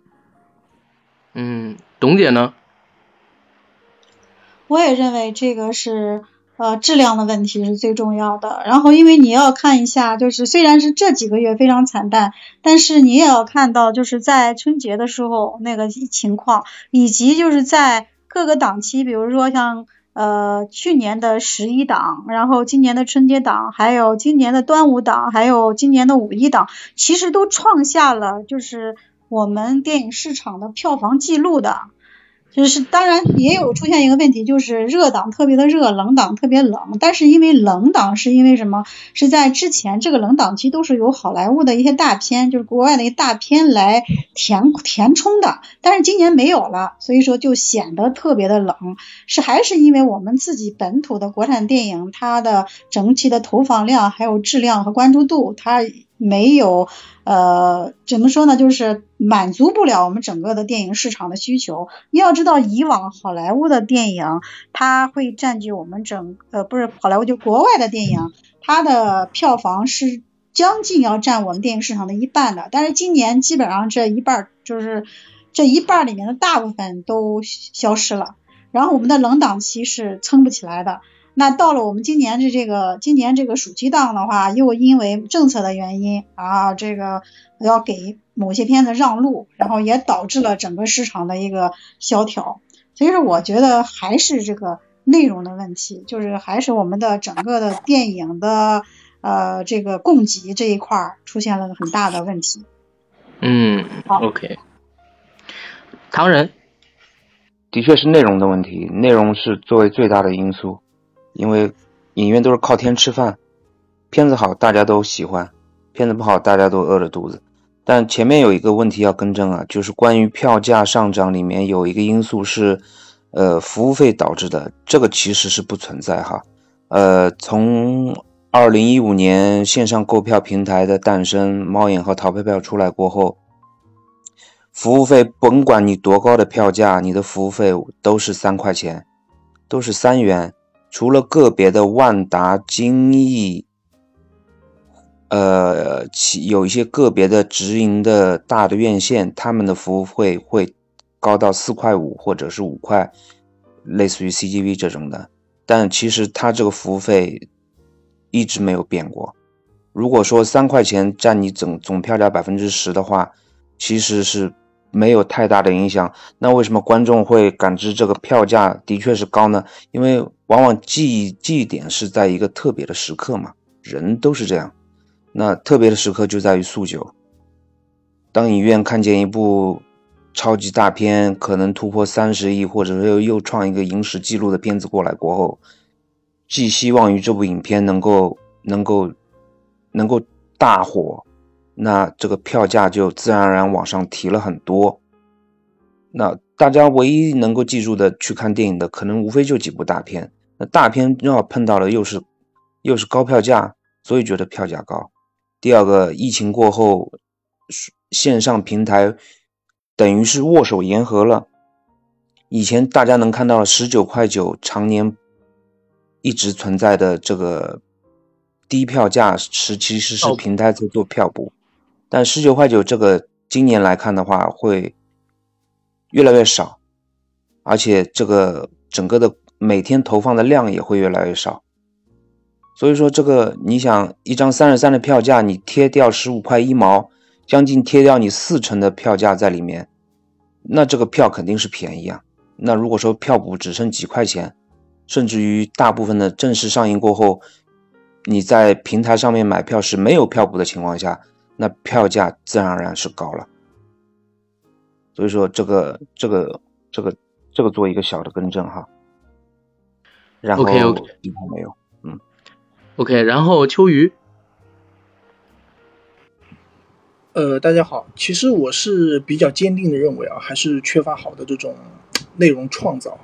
[SPEAKER 2] 董姐呢？
[SPEAKER 4] 我也认为这个是质量的问题是最重要的。然后因为你要看一下，就是虽然是这几个月非常惨淡，但是你也要看到就是在春节的时候那个情况，以及就是在各个档期，比如说像去年的11档，然后今年的春节档，还有今年的端午档，还有今年的五一档，其实都创下了就是我们电影市场的票房记录的。就是当然也有出现一个问题，就是热档特别的热，冷档特别冷，但是因为冷档是因为什么？是在之前这个冷档期都是由好莱坞的一些大片，就是国外的一些大片来填充的，但是今年没有了，所以说就显得特别的冷，还是因为我们自己本土的国产电影它的整体的投放量还有质量和关注度，它没有怎么说呢，就是满足不了我们整个的电影市场的需求。你要知道以往好莱坞的电影它会占据我们不是好莱坞，就国外的电影，它的票房是将近要占我们电影市场的一半的，但是今年基本上这一半里面的大部分都消失了，然后我们的冷档期是撑不起来的。那到了我们今年这个暑期档的话，又因为政策的原因啊，这个要给某些片子让路，然后也导致了整个市场的一个萧条。所以说我觉得还是这个内容的问题，就是还是我们的整个的电影的这个供给这一块出现了很大的问题。
[SPEAKER 2] OK。唐人。
[SPEAKER 5] 的确是内容的问题，内容是作为最大的因素。因为影院都是靠天吃饭，片子好大家都喜欢，片子不好大家都饿着肚子。但前面有一个问题要更正啊，就是关于票价上涨里面有一个因素是服务费导致的，这个其实是不存在哈。从2015年线上购票平台的诞生，猫眼和淘票票出来过后，服务费甭管你多高的票价，你的服务费都是3块钱，都是3元。除了个别的万达、金逸，有一些个别的直营的大的院线，他们的服务费会高到4块5或者是5块，类似于 CGV 这种的。但其实它这个服务费一直没有变过。如果说3块钱占你总票价 10% 的话，其实是没有太大的影响。那为什么观众会感知这个票价的确是高呢？因为往往记忆点是在一个特别的时刻嘛，人都是这样。那特别的时刻就在于诉求。当影院看见一部超级大片，可能突破30亿，或者是又创一个影史记录的片子过来过后，寄希望于这部影片能够大火，那这个票价就自然而然往上提了很多。那大家唯一能够记住的去看电影的，可能无非就几部大片。那大片正好碰到了又是高票价，所以觉得票价高。第二个，疫情过后，线上平台等于是握手言和了。以前大家能看到19.9块常年一直存在的这个低票价其实是平台在做票补，但19.9块这个今年来看的话会越来越少，而且这个整个的每天投放的量也会越来越少。所以说这个你想一张33的票价，你贴掉15块1毛，将近贴掉你40%的票价在里面，那这个票肯定是便宜啊。那如果说票补只剩几块钱，甚至于大部分的正式上映过后，你在平台上面买票是没有票补的情况下，那票价自然而然是高了。所以说这个做一个小的更正哈。然后
[SPEAKER 2] OK
[SPEAKER 5] 没有
[SPEAKER 2] OK， 然后秋雨。
[SPEAKER 6] 大家好，其实我是比较坚定的认为啊，还是缺乏好的这种内容创造。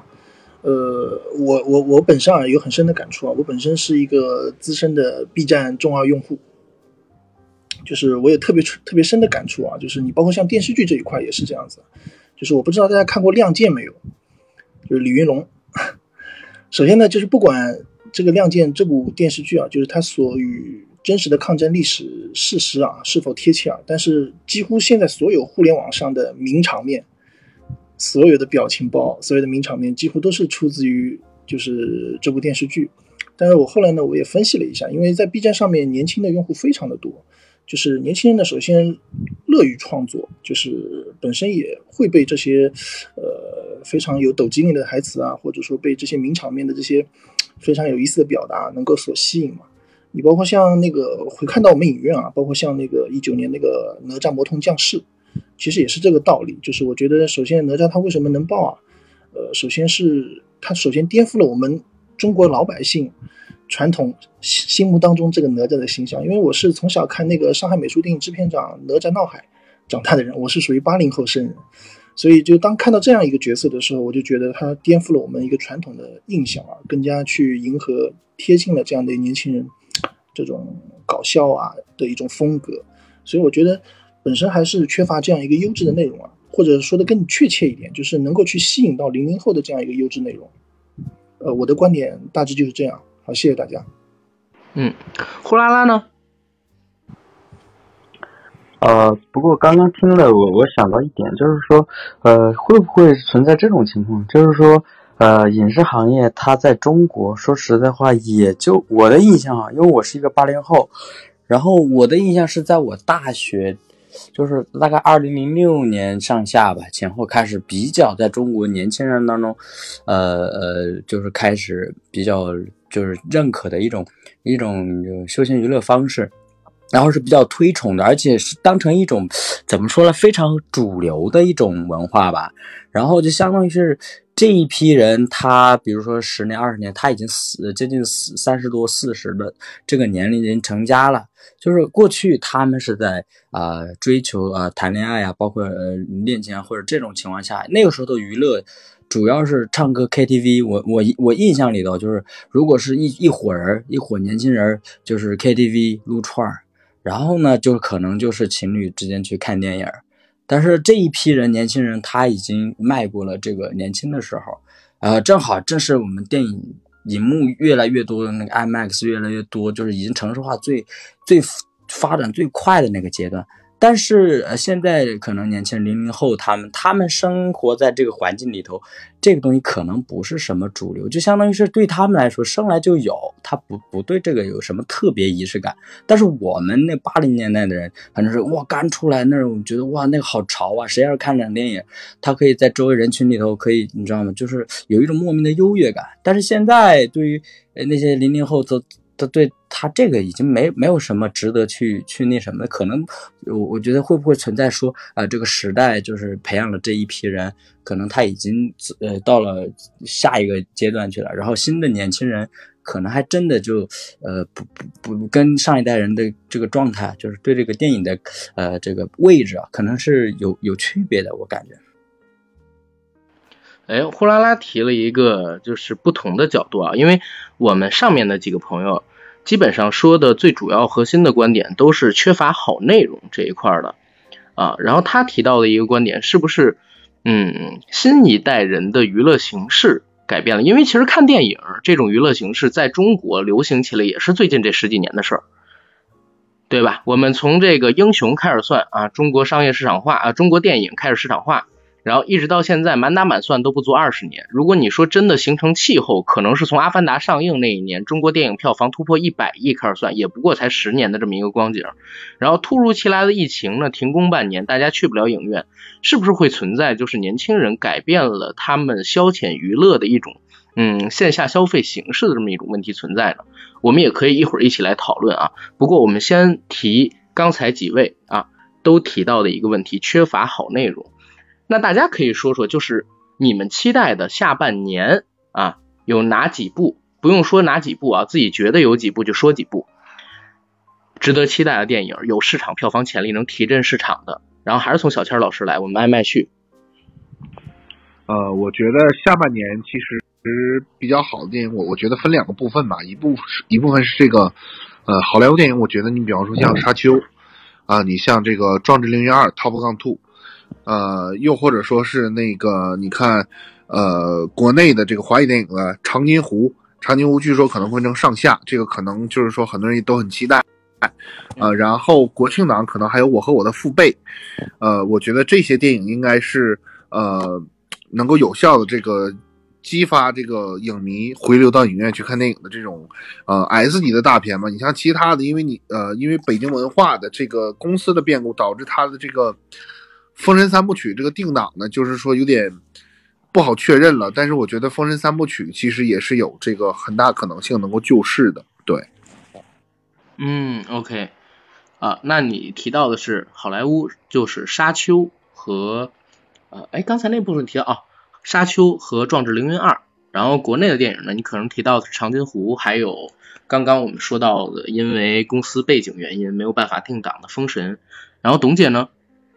[SPEAKER 6] 我本身啊有很深的感触啊，我本身是一个资深的 B 站中二用户，就是我有特别深的感触啊，就是你包括像电视剧这一块也是这样子，就是我不知道大家看过《亮剑》没有，就是李云龙。首先呢，就是不管这个《亮剑》这部电视剧啊，就是它所与真实的抗战历史事实啊是否贴切啊，但是几乎现在所有互联网上的名场面，所有的表情包，所有的名场面几乎都是出自于就是这部电视剧。但是我后来呢，我也分析了一下，因为在 B 站上面年轻的用户非常的多，就是年轻人呢首先乐于创作，就是本身也会被这些非常有抖机灵的台词啊，或者说被这些名场面的这些非常有意思的表达能够所吸引嘛。你包括像那个会看到我们影院啊，包括像那个19年那个哪吒魔童降世，其实也是这个道理。就是我觉得首先哪吒他为什么能爆啊？首先是他首先颠覆了我们中国老百姓传统心目当中这个哪吒的形象。因为我是从小看那个上海美术电影制片长哪吒闹海长大的人，我是属于80后生人，所以就当看到这样一个角色的时候，我就觉得他颠覆了我们一个传统的印象啊，更加去迎合贴近了这样的年轻人这种搞笑啊的一种风格。所以我觉得本身还是缺乏这样一个优质的内容啊，或者说的更确切一点，就是能够去吸引到00后的这样一个优质内容。我的观点大致就是这样。好，谢谢大家。
[SPEAKER 2] 呼啦啦呢？
[SPEAKER 8] 不过刚刚听了我想到一点，就是说会不会存在这种情况，就是说影视行业它在中国说实在话，也就我的印象啊，因为我是一个80后，然后我的印象是在我大学就是大概2006年上下吧，前后开始比较在中国年轻人当中就是开始比较就是认可的一种休闲娱乐方式，然后是比较推崇的，而且是当成一种怎么说呢，非常主流的一种文化吧。然后就相当于是这一批人，他比如说10年20年，他已经接近30多40的这个年龄人成家了。就是过去他们是在追求谈恋爱啊，包括恋情啊，或者这种情况下，那个时候的娱乐主要是唱歌 KTV。我印象里头就是，如果是一伙年轻人，就是 KTV 撸串儿，然后呢就可能就是情侣之间去看电影。但是这一批人年轻人他已经迈过了这个年轻的时候，正是我们电影荧幕越来越多，那个 IMAX 越来越多，就是已经城市化最发展最快的那个阶段。但是现在可能年轻人00后他们生活在这个环境里头，这个东西可能不是什么主流，就相当于是对他们来说生来就有，他不对这个有什么特别仪式感。但是我们那80年代的人反正是哇刚出来那种觉得哇那个好潮啊，谁要是看这场电影他可以在周围人群里头可以你知道吗，就是有一种莫名的优越感。但是现在对于那些00后
[SPEAKER 7] 对他这个已经没有什么值得去那什么的。可能我觉得会不会存在说这个时代就是培养了这一批人，可能他已经到了下一个阶段去了，然后新的年轻人可能还真的就不跟上一代人的这个状态，就是对这个电影的这个位置啊，可能是有区别的，我感觉。
[SPEAKER 2] 呼啦啦提了一个就是不同的角度啊，因为我们上面的几个朋友基本上说的最主要核心的观点都是缺乏好内容这一块的啊。然后他提到的一个观点，是不是新一代人的娱乐形式改变了？因为其实看电影这种娱乐形式在中国流行起来也是最近这10几年的事儿，对吧？我们从这个英雄开始算啊，中国商业市场化啊，中国电影开始市场化，然后一直到现在满打满算都不足20年。如果你说真的形成气候，可能是从阿凡达上映那一年中国电影票房突破100亿开始算，也不过才10年的这么一个光景。然后突如其来的疫情呢，停工半年，大家去不了影院，是不是会存在就是年轻人改变了他们消遣娱乐的一种线下消费形式的这么一种问题存在呢？我们也可以一会儿一起来讨论啊。不过我们先提刚才几位都提到的一个问题，缺乏好内容。那大家可以说说，就是你们期待的下半年有哪几部？不用说哪几部啊，自己觉得有几部就说几部值得期待的电影，有市场票房潜力能提振市场的。然后还是从小千老师来，我们按麦序。
[SPEAKER 3] 我觉得下半年其实比较好的电影，我觉得分2个部分吧，一部分是这个好莱坞电影，我觉得你比方说像沙丘你像这个壮志凌云2 Top Gun 2又或者说是那个你看国内的这个华语电影的长津湖据说可能会能上下，这个可能就是说很多人都很期待然后国庆档可能还有我和我的父辈我觉得这些电影应该是能够有效的这个激发这个影迷回流到影院去看电影的这种S 级的大片嘛。你像其他的，因为北京文化的这个公司的变故，导致它的这个封神3部曲这个定档呢，就是说有点不好确认了。但是我觉得封神3部曲其实也是有这个很大可能性能够救市的。对
[SPEAKER 2] OK 那你提到的是好莱坞，就是沙丘和刚才那部分提到沙丘和壮志凌云2。然后国内的电影呢，你可能提到的是长津湖，还有刚刚我们说到的因为公司背景原因没有办法定档的封神。然后董姐呢？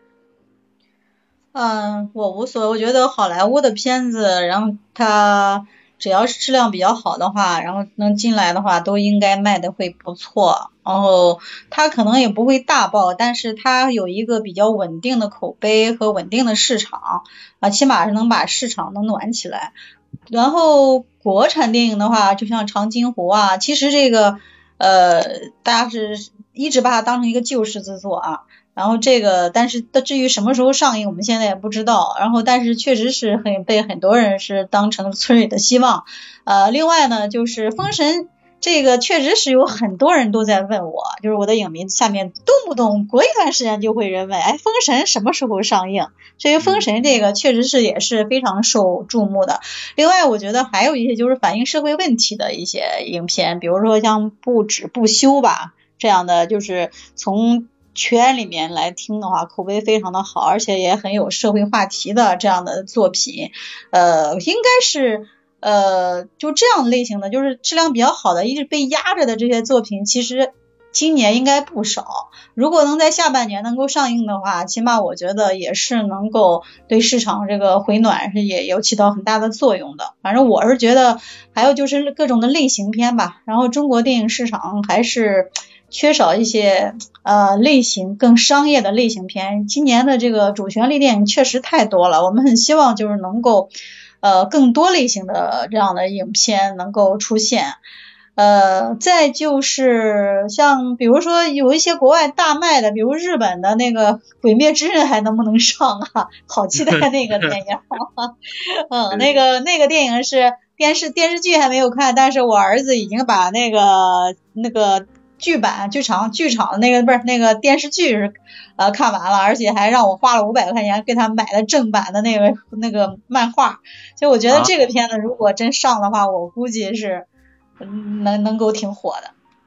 [SPEAKER 4] 我无所谓，我觉得好莱坞的片子，然后它只要是质量比较好的话，然后能进来的话，都应该卖的会不错。然后它可能也不会大爆，但是它有一个比较稳定的口碑和稳定的市场起码是能把市场能暖起来。然后国产电影的话，就像长津湖其实这个大家是一直把它当成一个救市之作然后这个，但是至于什么时候上映，我们现在也不知道。然后，但是确实是被很多人是当成村里的希望。另外呢，就是封神这个确实是有很多人都在问我，就是我的影迷下面动不动过一段时间就会人问，封神什么时候上映？所以封神这个确实是也是非常受注目的。另外，我觉得还有一些就是反映社会问题的一些影片，比如说像不止不休吧这样的，就是从圈里面来听的话，口碑非常的好，而且也很有社会话题的这样的作品，应该是就这样类型的，就是质量比较好的，一直被压着的这些作品，其实今年应该不少。如果能在下半年能够上映的话，起码我觉得也是能够对市场这个回暖是也有起到很大的作用的。反正我是觉得，还有就是各种的类型片吧，然后中国电影市场还是缺少一些类型更商业的类型片。今年的这个主旋律电影确实太多了，我们很希望就是能够更多类型的这样的影片能够出现。再就是像比如说有一些国外大卖的，比如日本的那个《鬼灭之刃》还能不能上好期待那个电影那个电影是电视剧还没有看，但是我儿子已经把那个剧场的那个不是那个电视剧是看完了，而且还让我花了500块钱给他买了正版的那个漫画。所以我觉得这个片子如果真上的话，我估计是能够挺火的。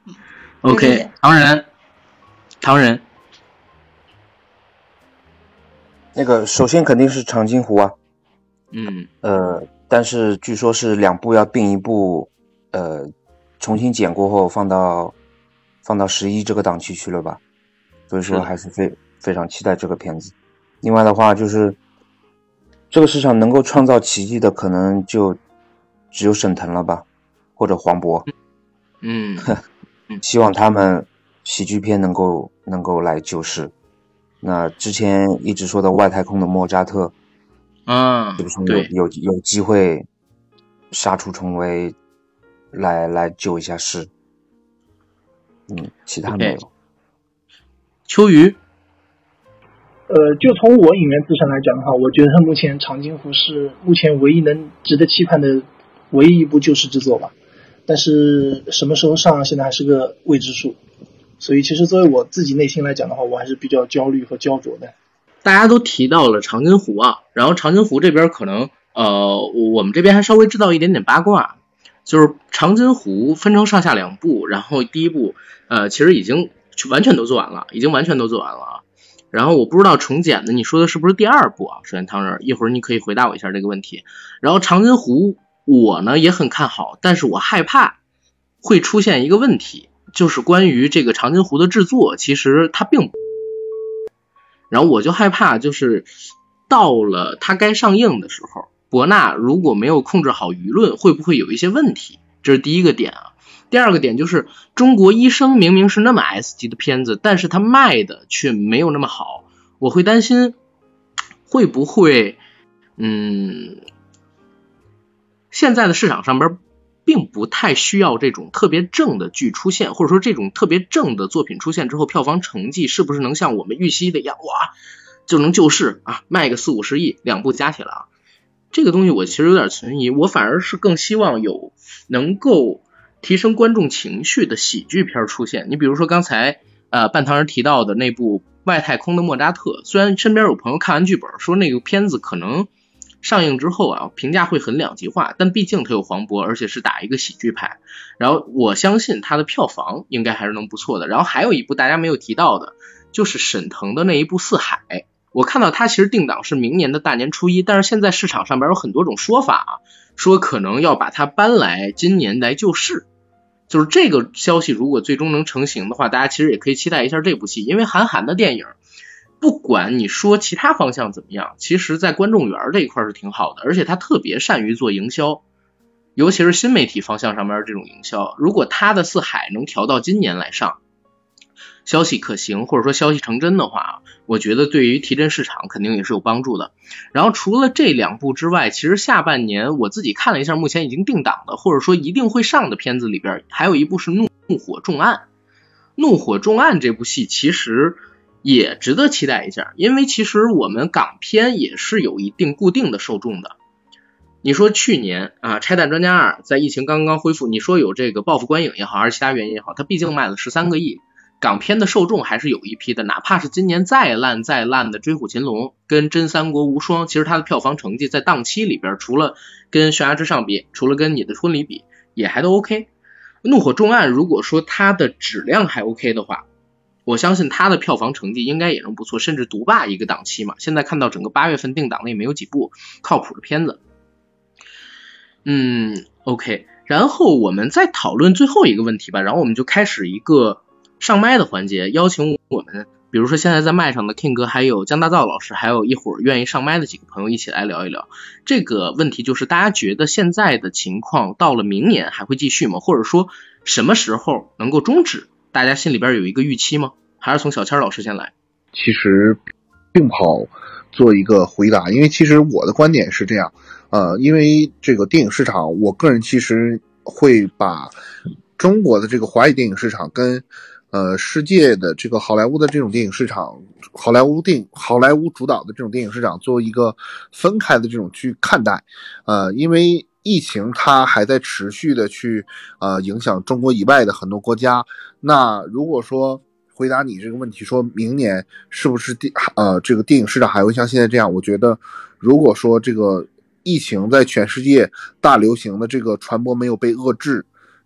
[SPEAKER 2] OK， 唐人，
[SPEAKER 5] 那个首先肯定是长津湖啊，但是据说是2部要并一部，重新剪过后放到11这个档期去了吧，所以说还是非常期待这个片子。另外的话就是这个市场能够创造奇迹的可能就只有沈腾了吧，或者黄渤。希望他们喜剧片能够来救市。那之前一直说的外太空的莫扎特是不是有机会杀出重围来救一下市？其他没有。
[SPEAKER 2] 秋雨，
[SPEAKER 6] 就从我影院自身来讲的话，我觉得目前长津湖是目前唯一能值得期盼的唯一一部救市之作吧。但是什么时候上，现在还是个未知数。所以其实作为我自己内心来讲的话，我还是比较焦虑和焦灼的。
[SPEAKER 2] 大家都提到了长津湖啊，然后长津湖这边可能我们这边还稍微知道一点点八卦，就是长津湖分成上下2部，然后第1部其实已经完全都做完了，啊。然后我不知道重剪的你说的是不是第2部啊？首先唐人，一会儿你可以回答我一下这个问题。然后长津湖我呢也很看好，但是我害怕会出现一个问题，就是关于这个长津湖的制作，其实它并不，然后我就害怕就是到了它该上映的时候，博纳如果没有控制好舆论，会不会有一些问题？这是第一个点啊。第二个点就是中国医生明明是那么 S 级的片子，但是它卖的却没有那么好，我会担心会不会现在的市场上边并不太需要这种特别正的剧出现，或者说这种特别正的作品出现之后，票房成绩是不是能像我们预期的一样，哇，就能救市啊，卖个40-50亿，2部加起来啊，这个东西我其实有点存疑，我反而是更希望有能够提升观众情绪的喜剧片出现。你比如说刚才半唐人提到的那部外太空的莫扎特，虽然身边有朋友看完剧本说那个片子可能上映之后啊评价会很两极化，但毕竟它有黄渤，而且是打一个喜剧派，然后我相信它的票房应该还是能不错的。然后还有一部大家没有提到的就是沈腾的那一部四海，我看到它其实定档是明年的大年初一，但是现在市场上边有很多种说法啊，说可能要把它搬来今年来救市，就是这个消息如果最终能成型的话，大家其实也可以期待一下这部戏。因为韩寒的电影不管你说其他方向怎么样，其实在观众缘这一块是挺好的，而且他特别善于做营销，尤其是新媒体方向上面这种营销。如果他的四海能调到今年来上，消息可行或者说消息成真的话，我觉得对于提振市场肯定也是有帮助的。然后除了这2部之外，其实下半年我自己看了一下目前已经定档的或者说一定会上的片子里边，还有一部是怒火重案。怒火重案这部戏其实也值得期待一下，因为其实我们港片也是有一定固定的受众的。你说去年拆弹专家2在疫情刚刚恢复，你说有这个报复观影也好还是其他原因也好，它毕竟卖了13个亿，港片的受众还是有一批的，哪怕是今年再烂的追虎擒龙跟真三国无双，其实它的票房成绩在档期里边除了跟悬崖之上比，除了跟你的婚礼比也还都 OK。 怒火重案如果说它的质量还 OK 的话，我相信它的票房成绩应该也能不错，甚至独霸一个档期嘛。现在看到整个8月份定档的也没有几部靠谱的片子。OK， 然后我们再讨论最后一个问题吧，然后我们就开始一个上麦的环节，邀请我们比如说现在在麦上的 King 哥还有江大造老师，还有一会儿愿意上麦的几个朋友一起来聊一聊这个问题，就是大家觉得现在的情况到了明年还会继续吗？或者说什么时候能够终止？大家心里边有一个预期吗？还是从小谦老师先来？
[SPEAKER 3] 其实并不好做一个回答，因为其实我的观点是这样，因为这个电影市场，我个人其实会把中国的这个华语电影市场跟世界的这个好莱坞的这种电影市场，好莱坞主导的这种电影市场做一个分开的这种去看待，因为疫情它还在持续的去影响中国以外的很多国家。那如果说回答你这个问题，说明年是不是这个电影市场还会像现在这样，我觉得如果说这个疫情在全世界大流行的这个传播没有被遏制，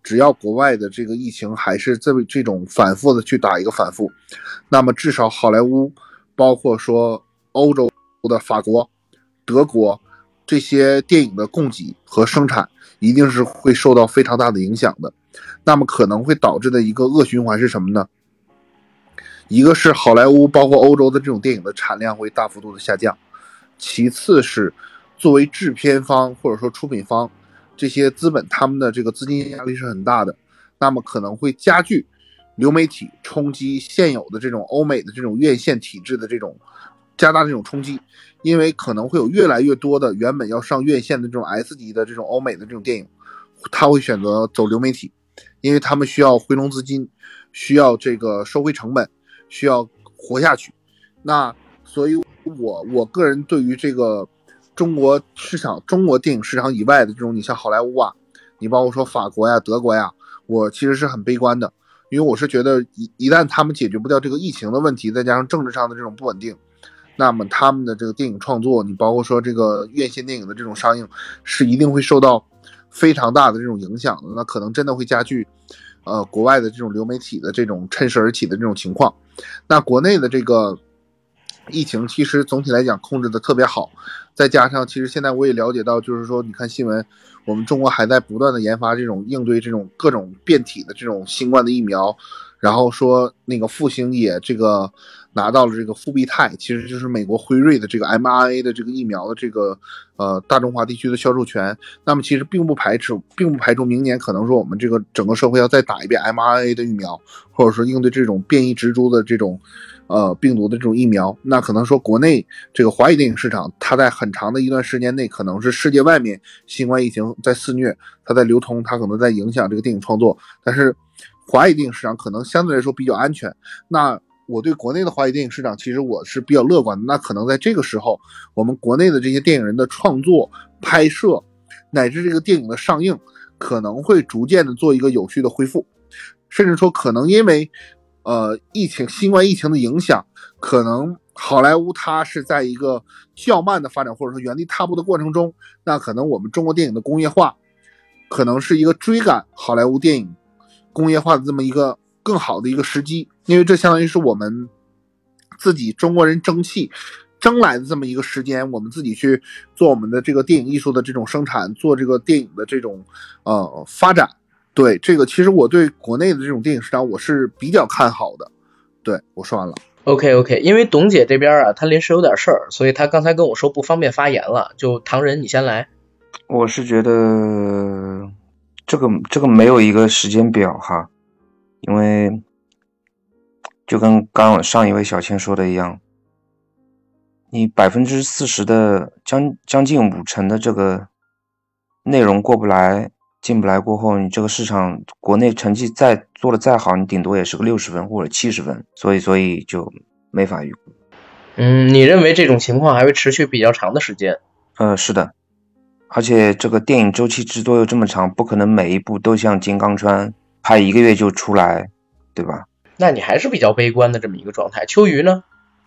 [SPEAKER 3] 只要国外的这个疫情还是这种反复的去打一个反复，那么至少好莱坞，包括说欧洲的法国、德国这些电影的供给和生产一定是会受到非常大的影响的。那么可能会导致的一个恶循环是什么呢？一个是好莱坞包括欧洲的这种电影的产量会大幅度的下降，其次是作为制片方或者说出品方，这些资本他们的这个资金压力是很大的，那么可能会加剧流媒体冲击现有的这种欧美的这种院线体制的这种加大这种冲击，因为可能会有越来越多的原本要上院线的这种 S 级的这种欧美的这种电影，他会选择走流媒体，因为他们需要回笼资金，需要这个收回成本，需要活下去。那所以我个人对于这个中国电影市场以外的这种，你像好莱坞啊，你包括说法国呀、德国呀，我其实是很悲观的，因为我是觉得一旦他们解决不掉这个疫情的问题，再加上政治上的这种不稳定，那么他们的这个电影创作，你包括说这个院线电影的这种上映，是一定会受到非常大的这种影响的，那可能真的会加剧国外的这种流媒体的这种趁势而起的这种情况。那国内的这个疫情其实总体来讲控制的特别好，再加上其实现在我也了解到，就是说你看新闻，我们中国还在不断的研发这种应对这种各种变体的这种新冠的疫苗，然后说那个复星也这个拿到了这个复必泰，其实就是美国辉瑞的这个 mRNA 的这个疫苗的这个大中华地区的销售权。那么其实并不排除明年可能说我们这个整个社会要再打一遍 mRNA 的疫苗，或者说应对这种变异植株的这种病毒的这种疫苗。那可能说国内这个华语电影市场，它在很长的一段时间内，可能是世界外面新冠疫情在肆虐，它在流通，它可能在影响这个电影创作，但是华语电影市场可能相对来说比较安全。那我对国内的华语电影市场其实我是比较乐观的，那可能在这个时候，我们国内的这些电影人的创作、拍摄，乃至这个电影的上映，可能会逐渐的做一个有序的恢复，甚至说可能因为新冠疫情的影响，可能好莱坞它是在一个较慢的发展或者说原地踏步的过程中，那可能我们中国电影的工业化可能是一个追赶好莱坞电影工业化的这么一个更好的一个时机，因为这相当于是我们自己中国人争气争来的这么一个时间，我们自己去做我们的这个电影艺术的这种生产，做这个电影的这种发展。对，这个其实我对国内的这种电影市场我是比较看好的。对，我说完了。
[SPEAKER 2] OK， 因为董姐这边啊，她临时有点事儿，所以她刚才跟我说不方便发言了，就唐人你先来。
[SPEAKER 5] 我是觉得这个没有一个时间表哈，因为就跟刚上一位小千说的一样，你40%的将近50%的这个内容进不来过后，你这个市场国内成绩再做的再好，你顶多也是个60分或者70分，所以就没法预估。
[SPEAKER 2] 你认为这种情况还会持续比较长的时间？
[SPEAKER 5] 是的，而且这个电影周期制作又这么长，不可能每一部都像金刚川拍1个月就出来，对吧？
[SPEAKER 2] 那你还是比较悲观的这么一个状态。秋雨呢？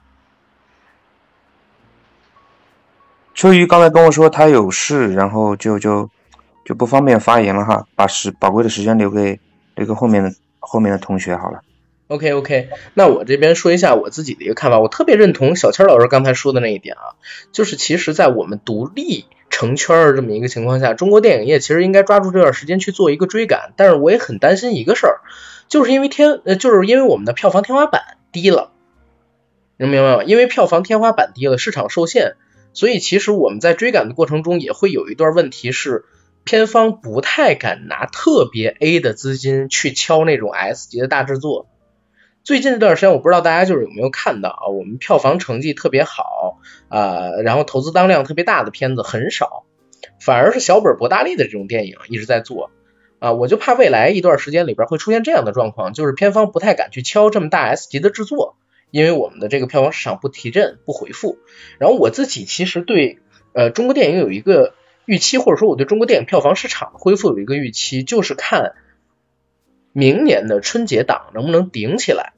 [SPEAKER 5] 秋雨刚才跟我说他有事，然后就不方便发言了哈，把宝贵的时间留给后面的同学好了。
[SPEAKER 2] OK， 那我这边说一下我自己的一个看法，我特别认同小千老师刚才说的那一点啊，就是其实在我们独立成圈这么一个情况下，中国电影业其实应该抓住这段时间去做一个追赶，但是我也很担心一个事儿，就是因为我们的票房天花板低了，能明白吗？因为票房天花板低了，市场受限，所以其实我们在追赶的过程中也会有一段问题是，片方不太敢拿特别 A 的资金去敲那种 S 级的大制作。最近这段时间我不知道大家就是有没有看到啊，我们票房成绩特别好然后投资当量特别大的片子很少，反而是小本博大利的这种电影一直在做我就怕未来一段时间里边会出现这样的状况，就是片方不太敢去敲这么大 S 级的制作，因为我们的这个票房市场不提振不回复。然后我自己其实对中国电影有一个预期，或者说我对中国电影票房市场恢复有一个预期，就是看明年的春节档能不能顶起来。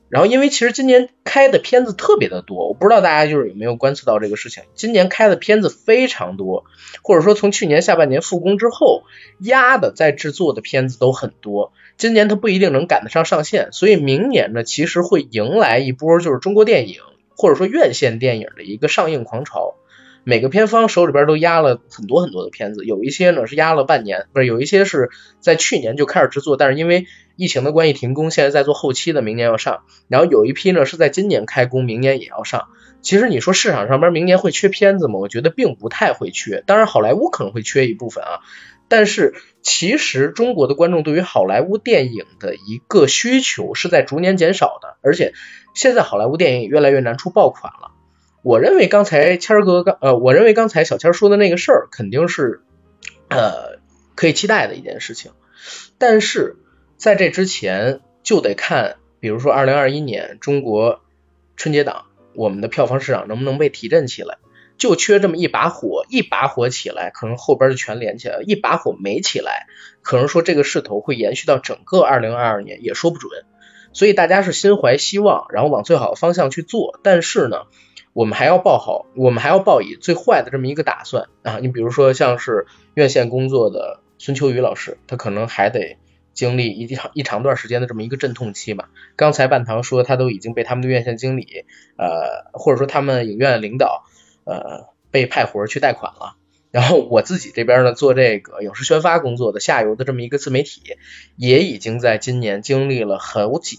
[SPEAKER 2] 然后因为其实今年开的片子特别的多，我不知道大家就是有没有观测到这个事情，今年开的片子非常多，或者说从去年下半年复工之后压的在制作的片子都很多，今年它不一定能赶得上上线，所以明年呢其实会迎来一波就是中国电影或者说院线电影的一个上映狂潮，每个片方手里边都压了很多很多的片子，有一些呢是压了半年，不是，有一些是在去年就开始制作，但是因为疫情的关系停工，现在在做后期的，明年要上，然后有一批呢是在今年开工，明年也要上。其实你说市场上边明年会缺片子吗？我觉得并不太会缺，当然好莱坞可能会缺一部分啊，但是其实中国的观众对于好莱坞电影的一个需求是在逐年减少的，而且现在好莱坞电影也越来越难出爆款了。我认为刚才我认为刚才小谦说的那个事儿肯定是可以期待的一件事情，但是在这之前就得看，比如说2021年中国春节档我们的票房市场能不能被提振起来，就缺这么一把火，一把火起来可能后边就全连起来了，一把火没起来可能说这个势头会延续到整个2022年也说不准，所以大家是心怀希望，然后往最好的方向去做，但是呢我们还要抱以最坏的这么一个打算啊！你比如说像是院线工作的孙秋雨老师，他可能还得经历一长段时间的这么一个阵痛期嘛。刚才半堂说他都已经被他们的院线经理或者说他们影院领导被派活去贷款了。然后我自己这边呢做这个影视宣发工作的下游的这么一个自媒体，也已经在今年经历了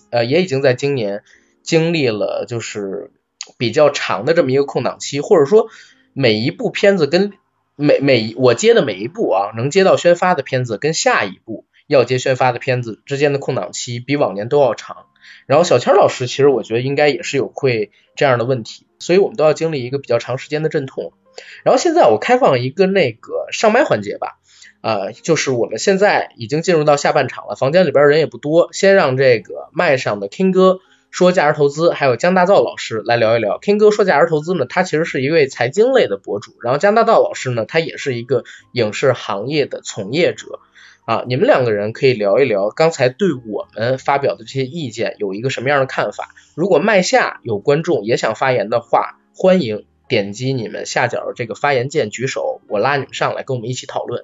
[SPEAKER 2] 就是比较长的这么一个空档期，或者说每一部片子跟我接的每一部啊能接到宣发的片子跟下一部要接宣发的片子之间的空档期比往年都要长，然后小谦老师其实我觉得应该也是会这样的问题，所以我们都要经历一个比较长时间的阵痛。然后现在我开放一个那个上麦环节吧，就是我们现在已经进入到下半场了，房间里边人也不多，先让这个麦上的 King 哥说价值投资还有江大造老师来聊一聊。 King 哥说价值投资呢，他其实是一位财经类的博主，然后江大造老师呢，他也是一个影视行业的从业者啊，你们两个人可以聊一聊刚才对我们发表的这些意见有一个什么样的看法，如果麦下有观众也想发言的话，欢迎点击你们下角这个发言键举手，我拉你们上来跟我们一起讨论。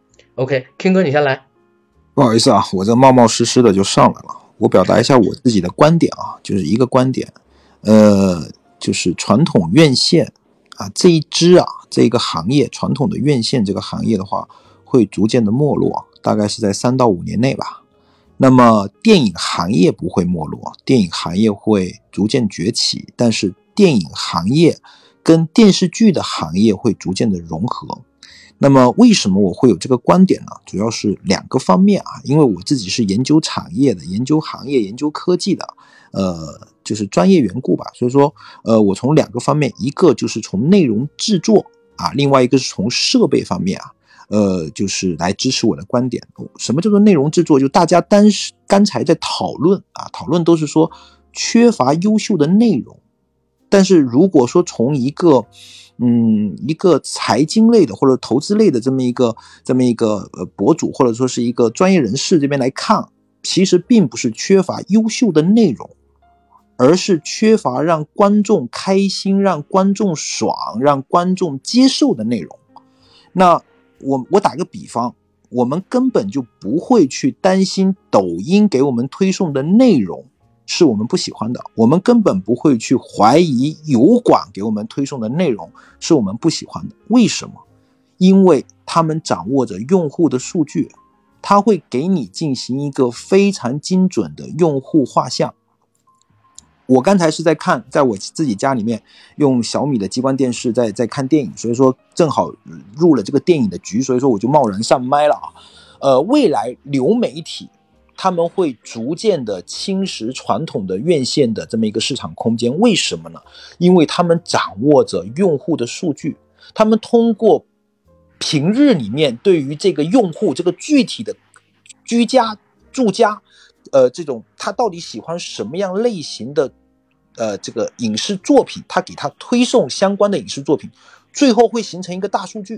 [SPEAKER 2] OK， King 哥你先来。
[SPEAKER 9] 不好意思啊，我这冒冒失失的就上来了，我表达一下我自己的观点啊，就是一个观点，就是传统院线啊这个行业，传统的院线这个行业的话，会逐渐的没落，大概是在3到5年内吧。那么电影行业不会没落，电影行业会逐渐崛起，但是电影行业跟电视剧的行业会逐渐的融合。那么为什么我会有这个观点呢？主要是2个方面啊，因为我自己是研究产业的，研究行业，研究科技的，就是专业缘故吧。所以说，我从2个方面，一个就是从内容制作啊，另外一个是从设备方面啊，就是来支持我的观点。什么叫做内容制作？就大家刚才在讨论啊，讨论都是说缺乏优秀的内容，但是如果说从一个财经类的或者投资类的这么一个博主或者说是一个专业人士这边来看，其实并不是缺乏优秀的内容，而是缺乏让观众开心、让观众爽、让观众接受的内容。那我打个比方，我们根本就不会去担心抖音给我们推送的内容是我们不喜欢的，我们根本不会去怀疑油管给我们推送的内容是我们不喜欢的。为什么？因为他们掌握着用户的数据，他会给你进行一个非常精准的用户画像。我刚才是在我自己家里面用小米的激光电视在看电影，所以说正好入了这个电影的局，所以说我就贸然上麦了啊。未来流媒体他们会逐渐的侵蚀传统的院线的这么一个市场空间。为什么呢？因为他们掌握着用户的数据，他们通过平日里面对于这个用户这个具体的住家这种他到底喜欢什么样类型的这个影视作品，他给他推送相关的影视作品，最后会形成一个大数据。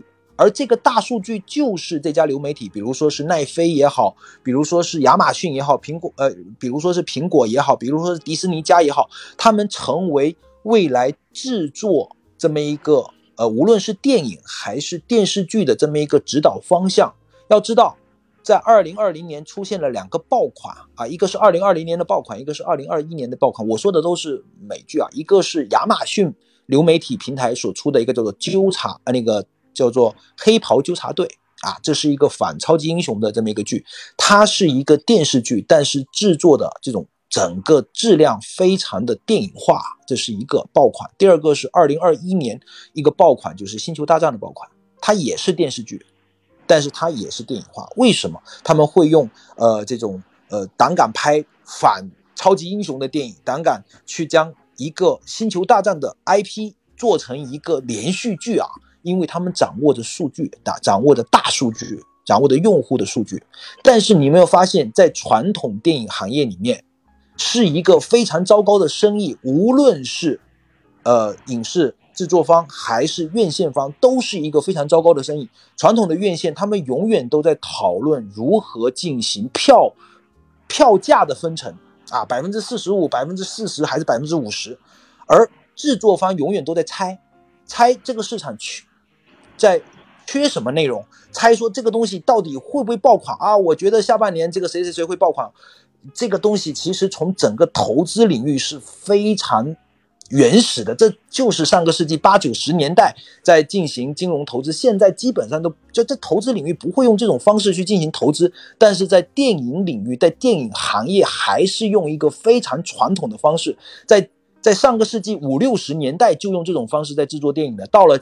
[SPEAKER 9] 而这个大数据就是这家流媒体，比如说是奈飞也好，比如说是亚马逊也好，比如说是苹果也好，比如说是迪士尼家也好，他们成为未来制作这么一个无论是电影还是电视剧的这么一个指导方向。要知道，在2020年出现了2个爆款啊，一个是2020年的爆款，一个是2021年的爆款。我说的都是美剧啊，一个是亚马逊流媒体平台所出的一个叫做那个叫做黑袍纠察队啊，这是一个反超级英雄的这么一个剧，它是一个电视剧，但是制作的这种整个质量非常的电影化，这是一个爆款。第二个是2021年一个爆款，就是星球大战的爆款，它也是电视剧，但是它也是电影化。为什么他们会用这种胆敢拍反超级英雄的电影，胆敢去将一个星球大战的 IP 做成一个连续剧啊？因为他们掌握着数据，掌握着大数据，掌握着用户的数据。但是你没有发现，在传统电影行业里面是一个非常糟糕的生意，无论是影视制作方还是院线方，都是一个非常糟糕的生意。传统的院线他们永远都在讨论如何进行票价的分成啊，45%、40%还是50%，而制作方永远都在猜这个市场在缺什么内容，猜说这个东西到底会不会爆款啊？我觉得下半年这个谁谁谁会爆款。这个东西其实从整个投资领域是非常原始的，这就是上个世纪80、90年代在进行金融投资，现在基本上都这投资领域不会用这种方式去进行投资，但是在电影领域，在电影行业还是用一个非常传统的方式，在上个世纪50、60年代就用这种方式在制作电影的，到了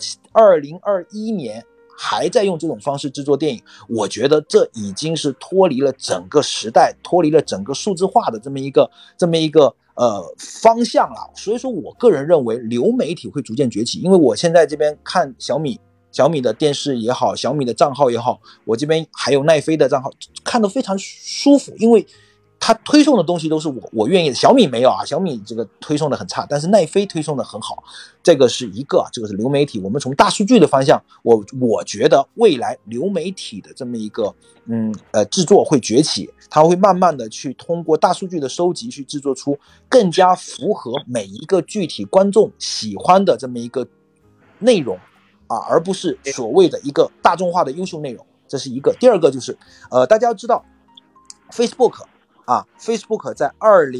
[SPEAKER 9] 2021年还在用这种方式制作电影，我觉得这已经是脱离了整个时代，脱离了整个数字化的这么一个方向了。所以说我个人认为流媒体会逐渐崛起，因为我现在这边看小米的电视也好，小米的账号也好，我这边还有奈飞的账号，看得非常舒服，因为它推送的东西都是我愿意的。小米没有啊，小米这个推送的很差，但是奈飞推送的很好。这个是一个，这个是流媒体。我们从大数据的方向，我觉得未来流媒体的这么一个制作会崛起，它会慢慢的去通过大数据的收集去制作出更加符合每一个具体观众喜欢的这么一个内容啊，而不是所谓的一个大众化的优秀内容。这是一个。第二个就是大家要知道 Facebook 在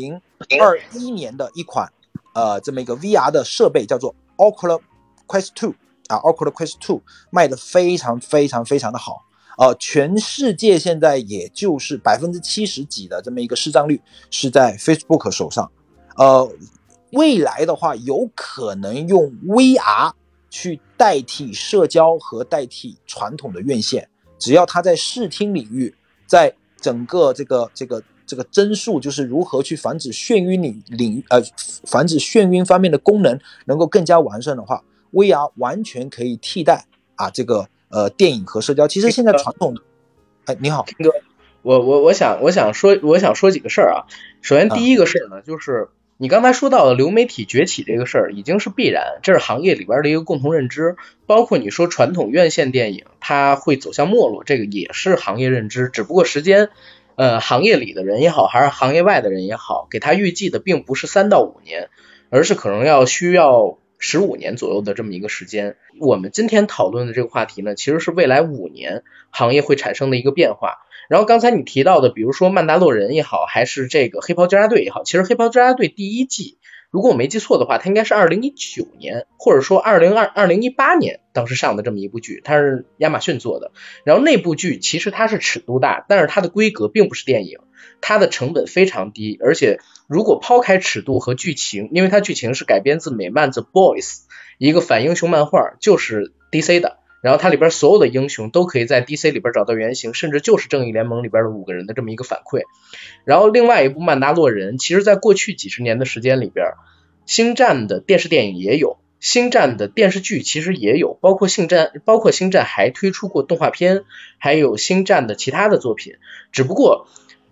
[SPEAKER 9] 2021年的一款这么一个 VR 的设备叫做 Oculus Quest 2 Oculus Quest 2卖得非常非常非常的好，全世界现在也就是70%几的这么一个市占率是在 Facebook 手上，未来的话有可能用 VR 去代替社交和代替传统的院线，只要它在视听领域，在整个这个帧数，就是如何去防止眩晕防止眩晕方面的功能能够更加完善的话， VR 完全可以替代这个电影和社交。其实现在传统的你好，
[SPEAKER 2] 我想说几个事儿啊。首先第一个事儿呢，就是你刚才说到的流媒体崛起这个事儿已经是必然，这是行业里边的一个共同认知。包括你说传统院线电影它会走向没落，这个也是行业认知，只不过时间行业里的人也好，还是行业外的人也好，给他预计的并不是3到5年，而是可能需要15年左右的这么一个时间。我们今天讨论的这个话题呢，其实是未来5年行业会产生的一个变化。然后刚才你提到的，比如说曼达洛人也好，还是这个黑袍纠察队也好，其实黑袍纠察队第一季，如果我没记错的话，它应该是2019年，或者说2018年当时上的这么一部剧，它是亚马逊做的。然后那部剧其实它是尺度大，但是它的规格并不是电影，它的成本非常低，而且如果抛开尺度和剧情，因为它剧情是改编自美漫 The Boys 一个反英雄漫画，就是 DC 的，然后它里边所有的英雄都可以在 DC 里边找到原型，甚至就是正义联盟里边的5个人的这么一个反馈。然后另外一部曼达洛人，其实在过去几十年的时间里边，星战的电视电影也有，星战的电视剧其实也有，包括星战还推出过动画片，还有星战的其他的作品。只不过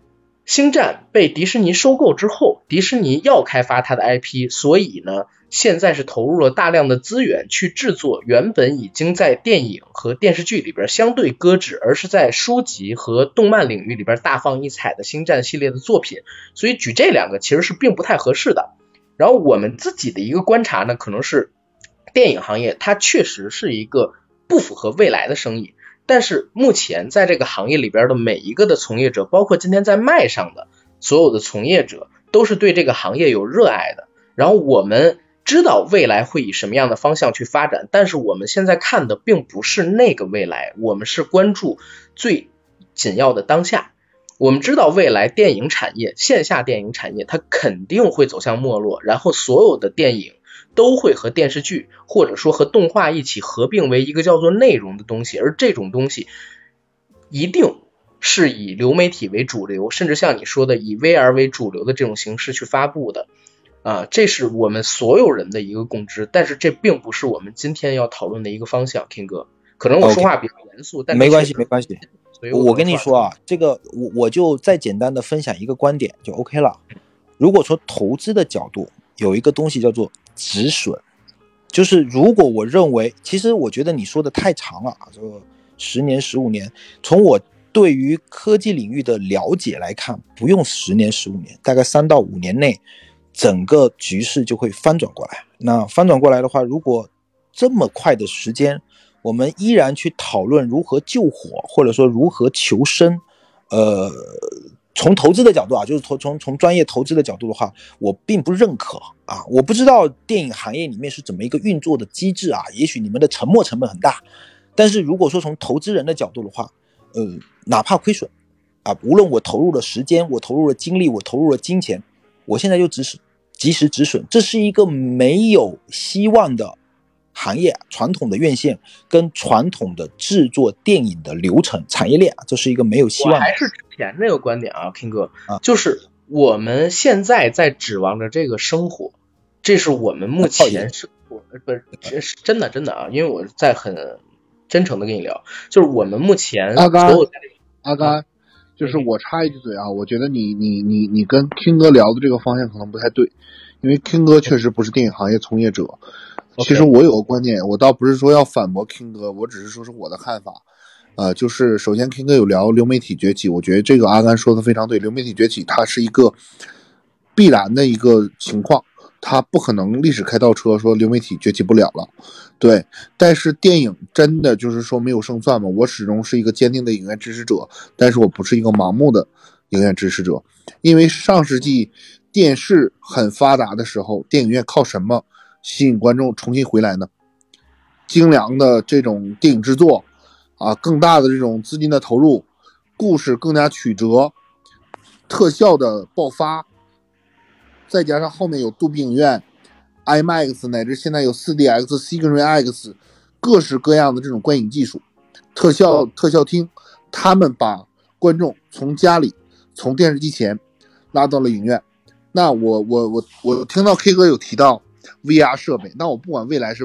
[SPEAKER 2] 星战被迪士尼收购之后，迪士尼要开发它的 IP， 所以呢现在是投入了大量的资源去制作原本已经在电影和电视剧里边相对搁置，而是在书籍和动漫领域里边大放异彩的星战系列的作品，所以举这两个其实是并不太合适的。然后我们自己的一个观察呢，可能是电影行业它确实是一个不符合未来的生意，但是目前在这个行业里边的每一个的从业者，包括今天在麦上的所有的从业者，都是对这个行业有热爱的。然后我们知道未来会以什么样的方向去发展，但是我们现在看的并不是那个未来，我们是关注最紧要的当下。我们知道未来电影产业，线下电影产业它肯定会走向没落，然后所有的电影都会和电视剧或者说和动画一起合并为一个叫做内容的东西，而这种东西一定是以流媒体为主流，甚至像你说的以 VR 为主流的这种形式去发布的这是我们所有人的一个共知，但是这并不是我们今天要讨论的一个方向。 King 哥可能我说话比较严肃，但
[SPEAKER 9] 没关系没关系，
[SPEAKER 2] 所以
[SPEAKER 9] 我跟你说啊，这个我就再简单的分享一个观点就 OK 了。如果说投资的角度有一个东西叫做止损，就是如果我认为，其实我觉得你说的太长了，这个10年15年，从我对于科技领域的了解来看，不用10年15年，大概3到5年内整个局势就会翻转过来。那翻转过来的话，如果这么快的时间我们依然去讨论如何救火或者说如何求生，从投资的角度啊，就是从专业投资的角度的话，我并不认可啊。我不知道电影行业里面是怎么一个运作的机制啊，也许你们的沉没成本很大，但是如果说从投资人的角度的话，哪怕亏损啊，无论我投入了时间，我投入了精力，我投入了金钱，我现在就及时止损，这是一个没有希望的行业，传统的院线跟传统的制作电影的流程产业链，这是一个没有希望的。
[SPEAKER 2] 我还是之前那个观点啊 King 哥，就是我们现在在指望着这个生活，这是我们目前是不是真的啊，因为我在很真诚的跟你聊，就是我们目前
[SPEAKER 3] 阿甘就是我插一句嘴啊，我觉得你跟 King 哥聊的这个方向可能不太对，因为 King 哥确实不是电影行业从业者。其实我有个观点，我倒不是说要反驳 King 哥，我只是说是我的看法。就是首先 King 哥有聊流媒体崛起，我觉得这个阿甘说的非常对，流媒体崛起它是一个必然的一个情况，它不可能历史开倒车说流媒体崛起不了了。对，但是电影真的就是说没有胜算吗？我始终是一个坚定的影院支持者，但是我不是一个盲目的影院支持者。因为上世纪电视很发达的时候，电影院靠什么吸引观众重新回来呢？精良的这种电影制作啊，更大的这种资金的投入，故事更加曲折，特效的爆发，再加上后面有杜比影院、IMAX 乃至现在有 4DX、Signature X， 各式各样的这种观影技术，特效厅，他们把观众从家里从电视机前拉到了影院。那我听到 K 哥有提到 VR 设备，那我不管未来是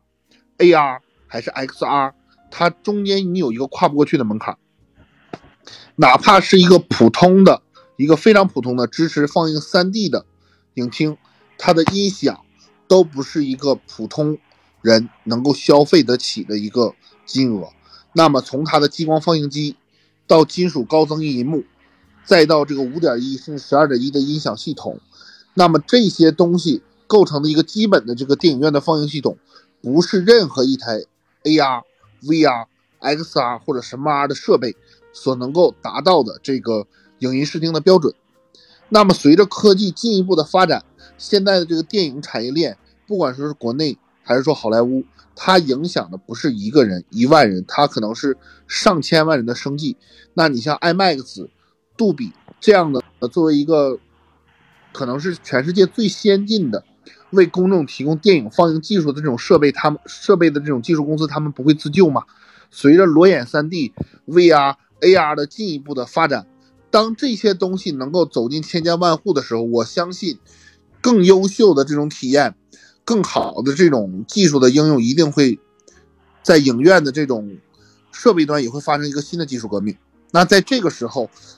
[SPEAKER 3] VR、AR 还是 XR， 它中间你有一个跨不过去的门槛，哪怕是一个非常普通的支持放映 3D 的影厅，它的音响都不是一个普通人能够消费得起的一个金额。那么从它的激光放映机到金属高增益银幕，再到这个 5.1 甚至 12.1 的音响系统，那么这些东西构成的一个基本的这个电影院的放映系统，不是任何一台 AR、VR、XR 或者什么 R 的设备所能够达到的这个影音视听的标准。那么随着科技进一步的发展，现在的这个电影产业链，不管说是国内还是说好莱坞，它影响的不是1个人1万人，它可能是上千万人的生计。那你像 IMAX、杜比这样的作为一个可能是全世界最先进的为公众提供电影放映技术的这种设备的这种技术公司，他们不会自救吗？随着裸眼 3D、VR、AR 的进一步的发展，当这些东西能够走进千家万户的时候，我相信更优秀的这种体验，更好的这种技术的应用，一定会在影院的这种设备端也会发生一个新的技术革命。那在这个时候，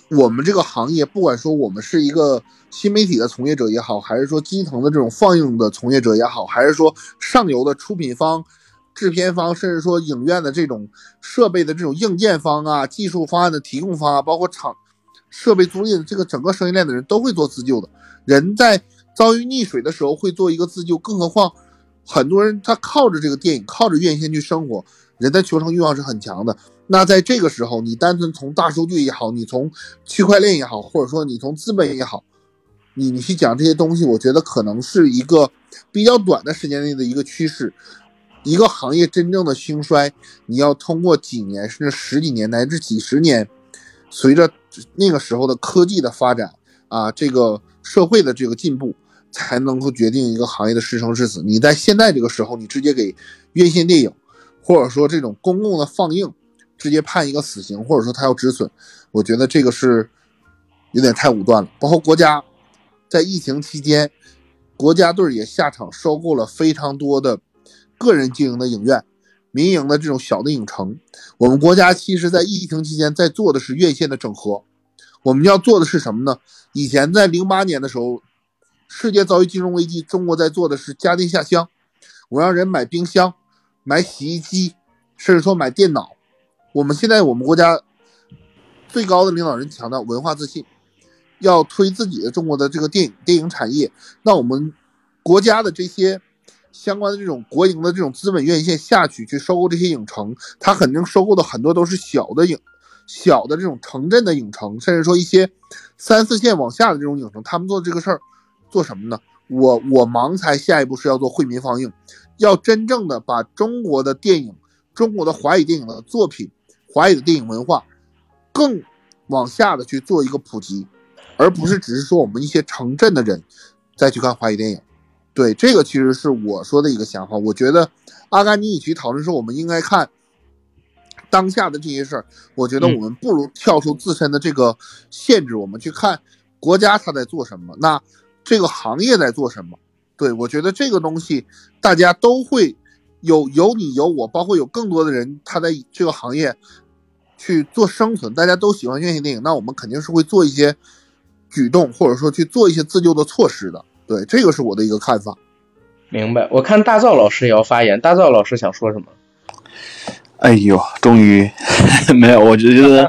[SPEAKER 3] 我们这个行业，不管说我们是一个新媒体的从业者也好，还是说基层的这种放映的从业者也好，还是说上游的出品方、制片方，甚至说影院的这种设备的这种硬件方啊、技术方案的提供方啊，包括设备租赁的这个整个生意链的人都会做自救的。人在遭遇溺水的时候会做一个自救，更何况很多人他靠着这个电影，靠着院线去生活，人的求生欲望是很强的。那在这个时候，你单纯从大数据也好，你从区块链也好，或者说你从资本也好，你去讲这些东西，我觉得可能是一个比较短的时间内的一个趋势。一个行业真正的兴衰，你要通过几年甚至十几年乃至几十年，随着那个时候的科技的发展啊，这个社会的这个进步，才能够决定一个行业的是生是死。你在现在这个时候，你直接给院线电影或者说这种公共的放映直接判一个死刑，或者说他要止损，我觉得这个是有点太武断了。包括国家在疫情期间，国家队也下场收购了非常多的个人经营的影院、民营的这种小的影城。我们国家其实在疫情期间在做的是院线的整合。我们要做的是什么呢？以前在08年的时候，世界遭遇金融危机，中国在做的是家电下乡，我让人买冰箱、买洗衣机，甚至说买电脑。我们现在我们国家最高的领导人强调文化自信，要推自己的中国的这个电影产业。那我们国家的这些相关的这种国营的这种资本院线下去收购这些影城，它肯定收购的很多都是小的这种城镇的影城，甚至说一些3、4线往下的这种影城。他们做这个事儿做什么呢？我盲猜下一步是要做惠民放映，要真正的把中国的电影、中国的华语电影的作品、华语的电影文化更往下的去做一个普及，而不是只是说我们一些城镇的人再去看华语电影。对，这个其实是我说的一个想法。我觉得阿甘你与其讨论说我们应该看当下的这些事儿，我觉得我们不如跳出自身的这个限制，我们去看国家它在做什么，那这个行业在做什么。对，我觉得这个东西大家都会有你有我，包括有更多的人他在这个行业去做生存，大家都喜欢院线电影，那我们肯定是会做一些举动，或者说去做一些自救的措施的。对，这个是我的一个看法。
[SPEAKER 2] 明白。我看大赵老师也要发言，大赵老师想说什么？
[SPEAKER 8] 哎呦，终于没有，我就觉得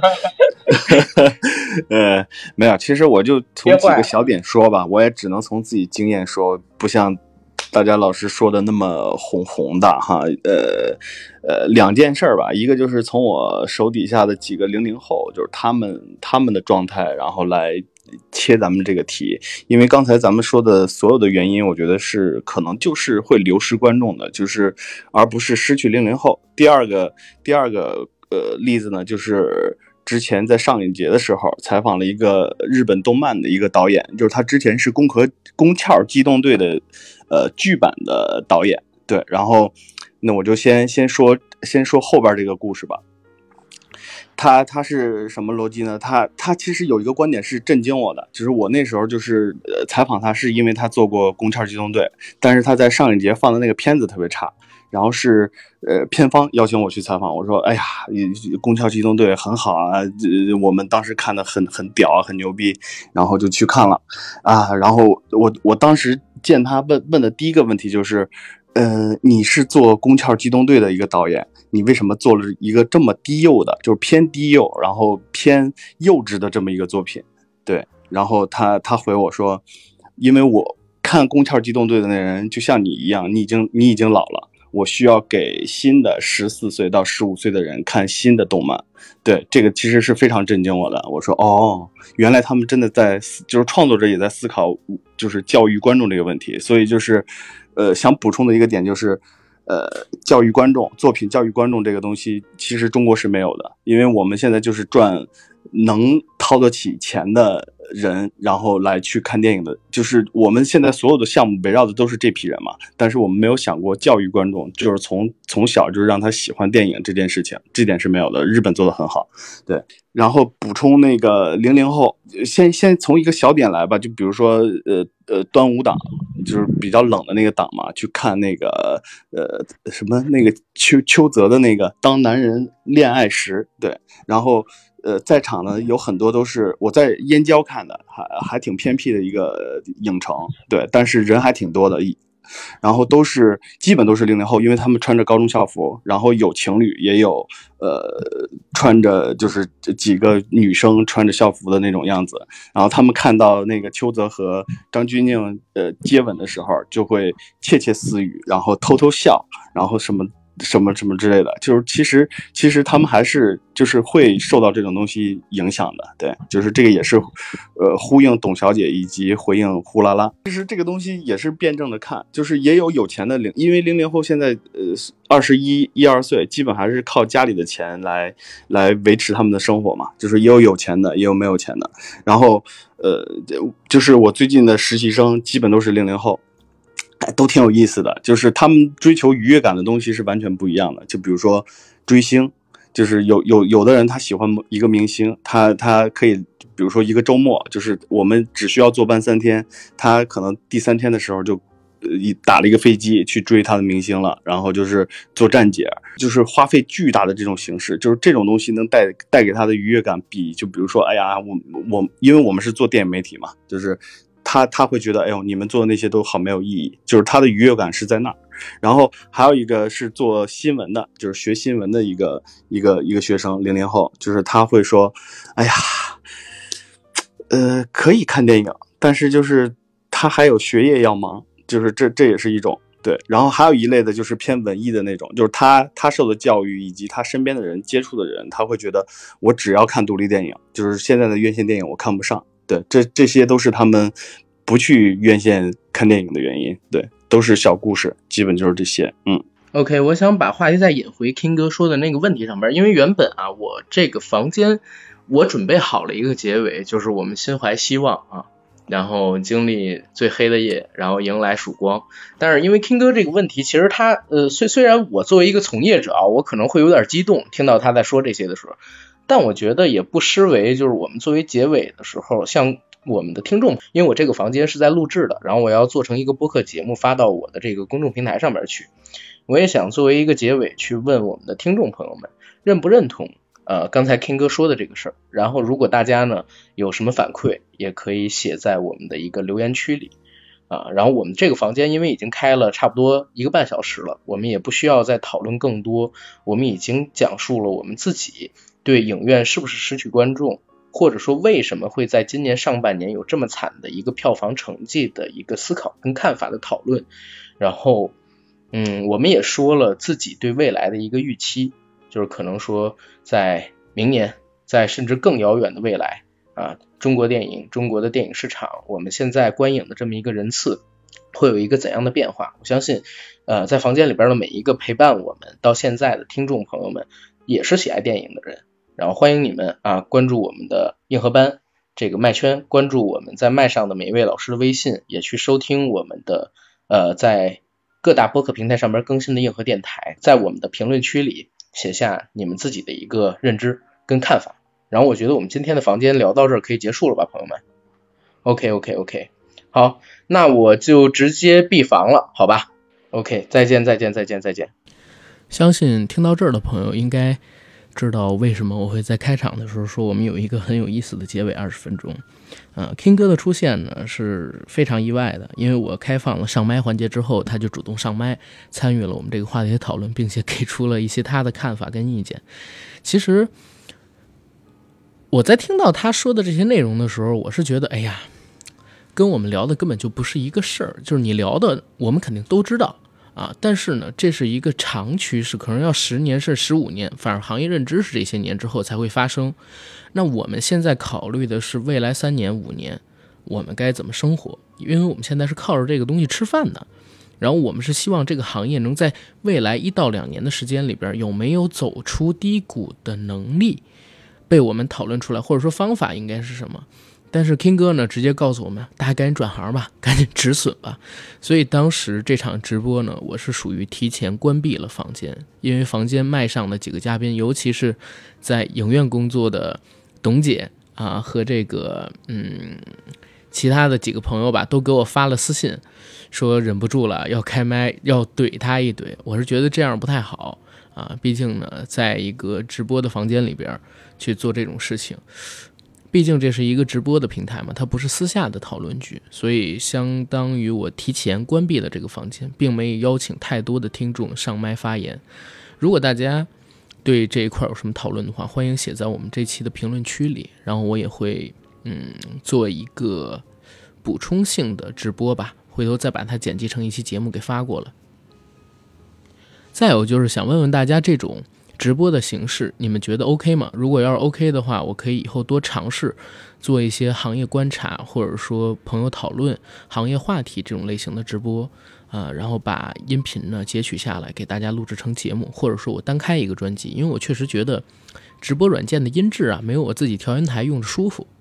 [SPEAKER 8] 没有，其实我就从几个小点说吧，我也只能从自己经验说，不像大家老师说的那么红的哈。两件事吧，一个就是从我手底下的几个00后，就是他们的状态，然后来切咱们这个题。因为刚才咱们说的所有的原因，我觉得是可能就是会流失观众的，就是而不是失去00后。第二个例子呢，就是之前在上影节的时候采访了一个日本动漫的一个导演，就是他之前是宫壳机动队的剧版的导演。对，然后那我就先说后边这个故事吧。他是什么逻辑呢？他其实有一个观点是震惊我的，就是我那时候就是采访他是因为他做过宫壳机动队，但是他在上影节放的那个片子特别差，然后是片方邀请我去采访，我说哎呀，宫壳机动队很好啊，我们当时看的很屌啊，很牛逼，然后就去看了啊。然后我当时见他问的第一个问题就是你是做宫壳机动队的一个导演，你为什么做了一个这么低幼的，就是偏低幼然后偏幼稚的这么一个作品？对，然后他回我说，因为我看宫壳机动队的那人就像你一样，你已经老了，我需要给新的14岁到15岁的人看新的动漫。对，这个其实是非常震惊我的。我说哦，原来他们真的就是创作者也在思考就是教育观众这个问题。所以就是想补充的一个点就是教育观众，作品教育观众这个东西其实中国是没有的，因为我们现在就是赚能掏得起钱的人，然后来去看电影的，就是我们现在所有的项目围绕的都是这批人嘛，但是我们没有想过教育观众，就是从小就是让他喜欢电影这件事情，这点是没有的，日本做得很好。对，然后补充那个00后，先从一个小点来吧，就比如说端午档，就是比较冷的那个档嘛，去看那个什么那个邱泽的那个当男人恋爱时。对，然后
[SPEAKER 10] 在场呢有很多都是我在燕郊看的，还挺偏僻的一个影城，对，但是人还挺多的，然后基本都是00后，因为他们穿着高中校服，然后有情侣，也有穿着就是几个女生穿着校服的那种样子，然后他们看到那个邱泽和张钧甯接吻的时候，就会窃窃私语，然后偷偷笑，然后什么之类的，就是其实他们还是就是会受到这种东西影响的，对，就是这个也是呼应董小姐以及回应呼啦啦。其实这个东西也是辩证的看，就是也有钱的因为00后现在21、12岁，基本还是靠家里的钱来维持他们的生活嘛，就是也有钱的，也有没有钱的。然后就是我最近的实习生基本都是00后。都挺有意思的，就是他们追求愉悦感的东西是完全不一样的。就比如说追星，就是有的人他喜欢一个明星，他可以比如说一个周末，就是我们只需要坐班3天，他可能第3天的时候就打了一个飞机去追他的明星了，然后就是做站姐，就是花费巨大的这种形式，就是这种东西能带给他的愉悦感就比如说，哎呀，我因为我们是做电影媒体嘛，就是他会觉得，哎呦，你们做的那些都好没有意义，就是他的愉悦感是在那儿。然后还有一个是做新闻的，就是学新闻的一个学生，00后，就是他会说，哎呀，可以看电影，但是就是他还有学业要忙，就是这也是一种。对，然后还有一类的就是偏文艺的那种，就是他受的教育以及他身边的人接触的人，他会觉得我只要看独立电影，就是现在的院线电影我看不上。对，这些都是他们不去院线看电影的原因。对，都是小故事，基本就是这些。
[SPEAKER 2] OK， 我想把话题再引回 King 哥说的那个问题上面，因为原本啊，我这个房间我准备好了一个结尾，就是我们心怀希望啊，然后经历最黑的夜，然后迎来曙光。但是因为 King 哥这个问题，其实他虽然我作为一个从业者啊，我可能会有点激动，听到他在说这些的时候。但我觉得也不失为就是我们作为结尾的时候，像我们的听众，因为我这个房间是在录制的，然后我要做成一个播客节目发到我的这个公众平台上面去，我也想作为一个结尾去问我们的听众朋友们认不认同刚才 King 哥说的这个事儿。然后如果大家呢有什么反馈，也可以写在我们的一个留言区里然后我们这个房间因为已经开了差不多1个半小时了，我们也不需要再讨论更多，我们已经讲述了我们自己对影院是不是失去观众，或者说为什么会在今年上半年有这么惨的一个票房成绩的一个思考跟看法的讨论。然后我们也说了自己对未来的一个预期，就是可能说在明年，在甚至更遥远的未来中国电影，中国的电影市场，我们现在观影的这么一个人次会有一个怎样的变化。我相信在房间里边的每一个陪伴我们到现在的听众朋友们也是喜爱电影的人，然后欢迎你们关注我们的硬核班这个麦圈，关注我们在麦上的每一位老师的微信，也去收听我们的在各大播客平台上面更新的硬核电台，在我们的评论区里写下你们自己的一个认知跟看法。然后我觉得我们今天的房间聊到这儿可以结束了吧，朋友们。 OK， 好，那我就直接闭房了，好吧。 OK， 再见。
[SPEAKER 1] 相信听到这儿的朋友应该知道为什么我会在开场的时候说我们有一个很有意思的结尾20分钟。King 哥的出现呢是非常意外的，因为我开放了上麦环节之后，他就主动上麦参与了我们这个话题的讨论，并且给出了一些他的看法跟意见。其实我在听到他说的这些内容的时候，我是觉得哎呀，跟我们聊的根本就不是一个事儿，就是你聊的我们肯定都知道但是呢这是一个长趋势，可能要10年是15年，反而行业认知是这些年之后才会发生。那我们现在考虑的是未来3年5年我们该怎么生活，因为我们现在是靠着这个东西吃饭的，然后我们是希望这个行业能在未来1到2年的时间里边有没有走出低谷的能力被我们讨论出来，或者说方法应该是什么。但是 King 哥呢直接告诉我们大家赶紧转行吧，赶紧止损吧。所以当时这场直播呢，我是属于提前关闭了房间，因为房间麦上的几个嘉宾，尤其是在影院工作的董姐和这个其他的几个朋友吧，都给我发了私信说忍不住了要开麦要怼他一怼。我是觉得这样不太好啊，毕竟呢，在一个直播的房间里边去做这种事情，毕竟这是一个直播的平台嘛，它不是私下的讨论局，所以相当于我提前关闭了这个房间，并没有邀请太多的听众上麦发言。如果大家对这一块有什么讨论的话，欢迎写在我们这期的评论区里，然后我也会做一个补充性的直播吧，回头再把它剪辑成一期节目给发过了。再有就是想问问大家，这种直播的形式你们觉得 OK 吗？如果要是 OK 的话，我可以以后多尝试做一些行业观察，或者说朋友讨论行业话题这种类型的直播然后把音频呢截取下来给大家录制成节目，或者说我单开一个专辑，因为我确实觉得直播软件的音质没有我自己调音台用着舒服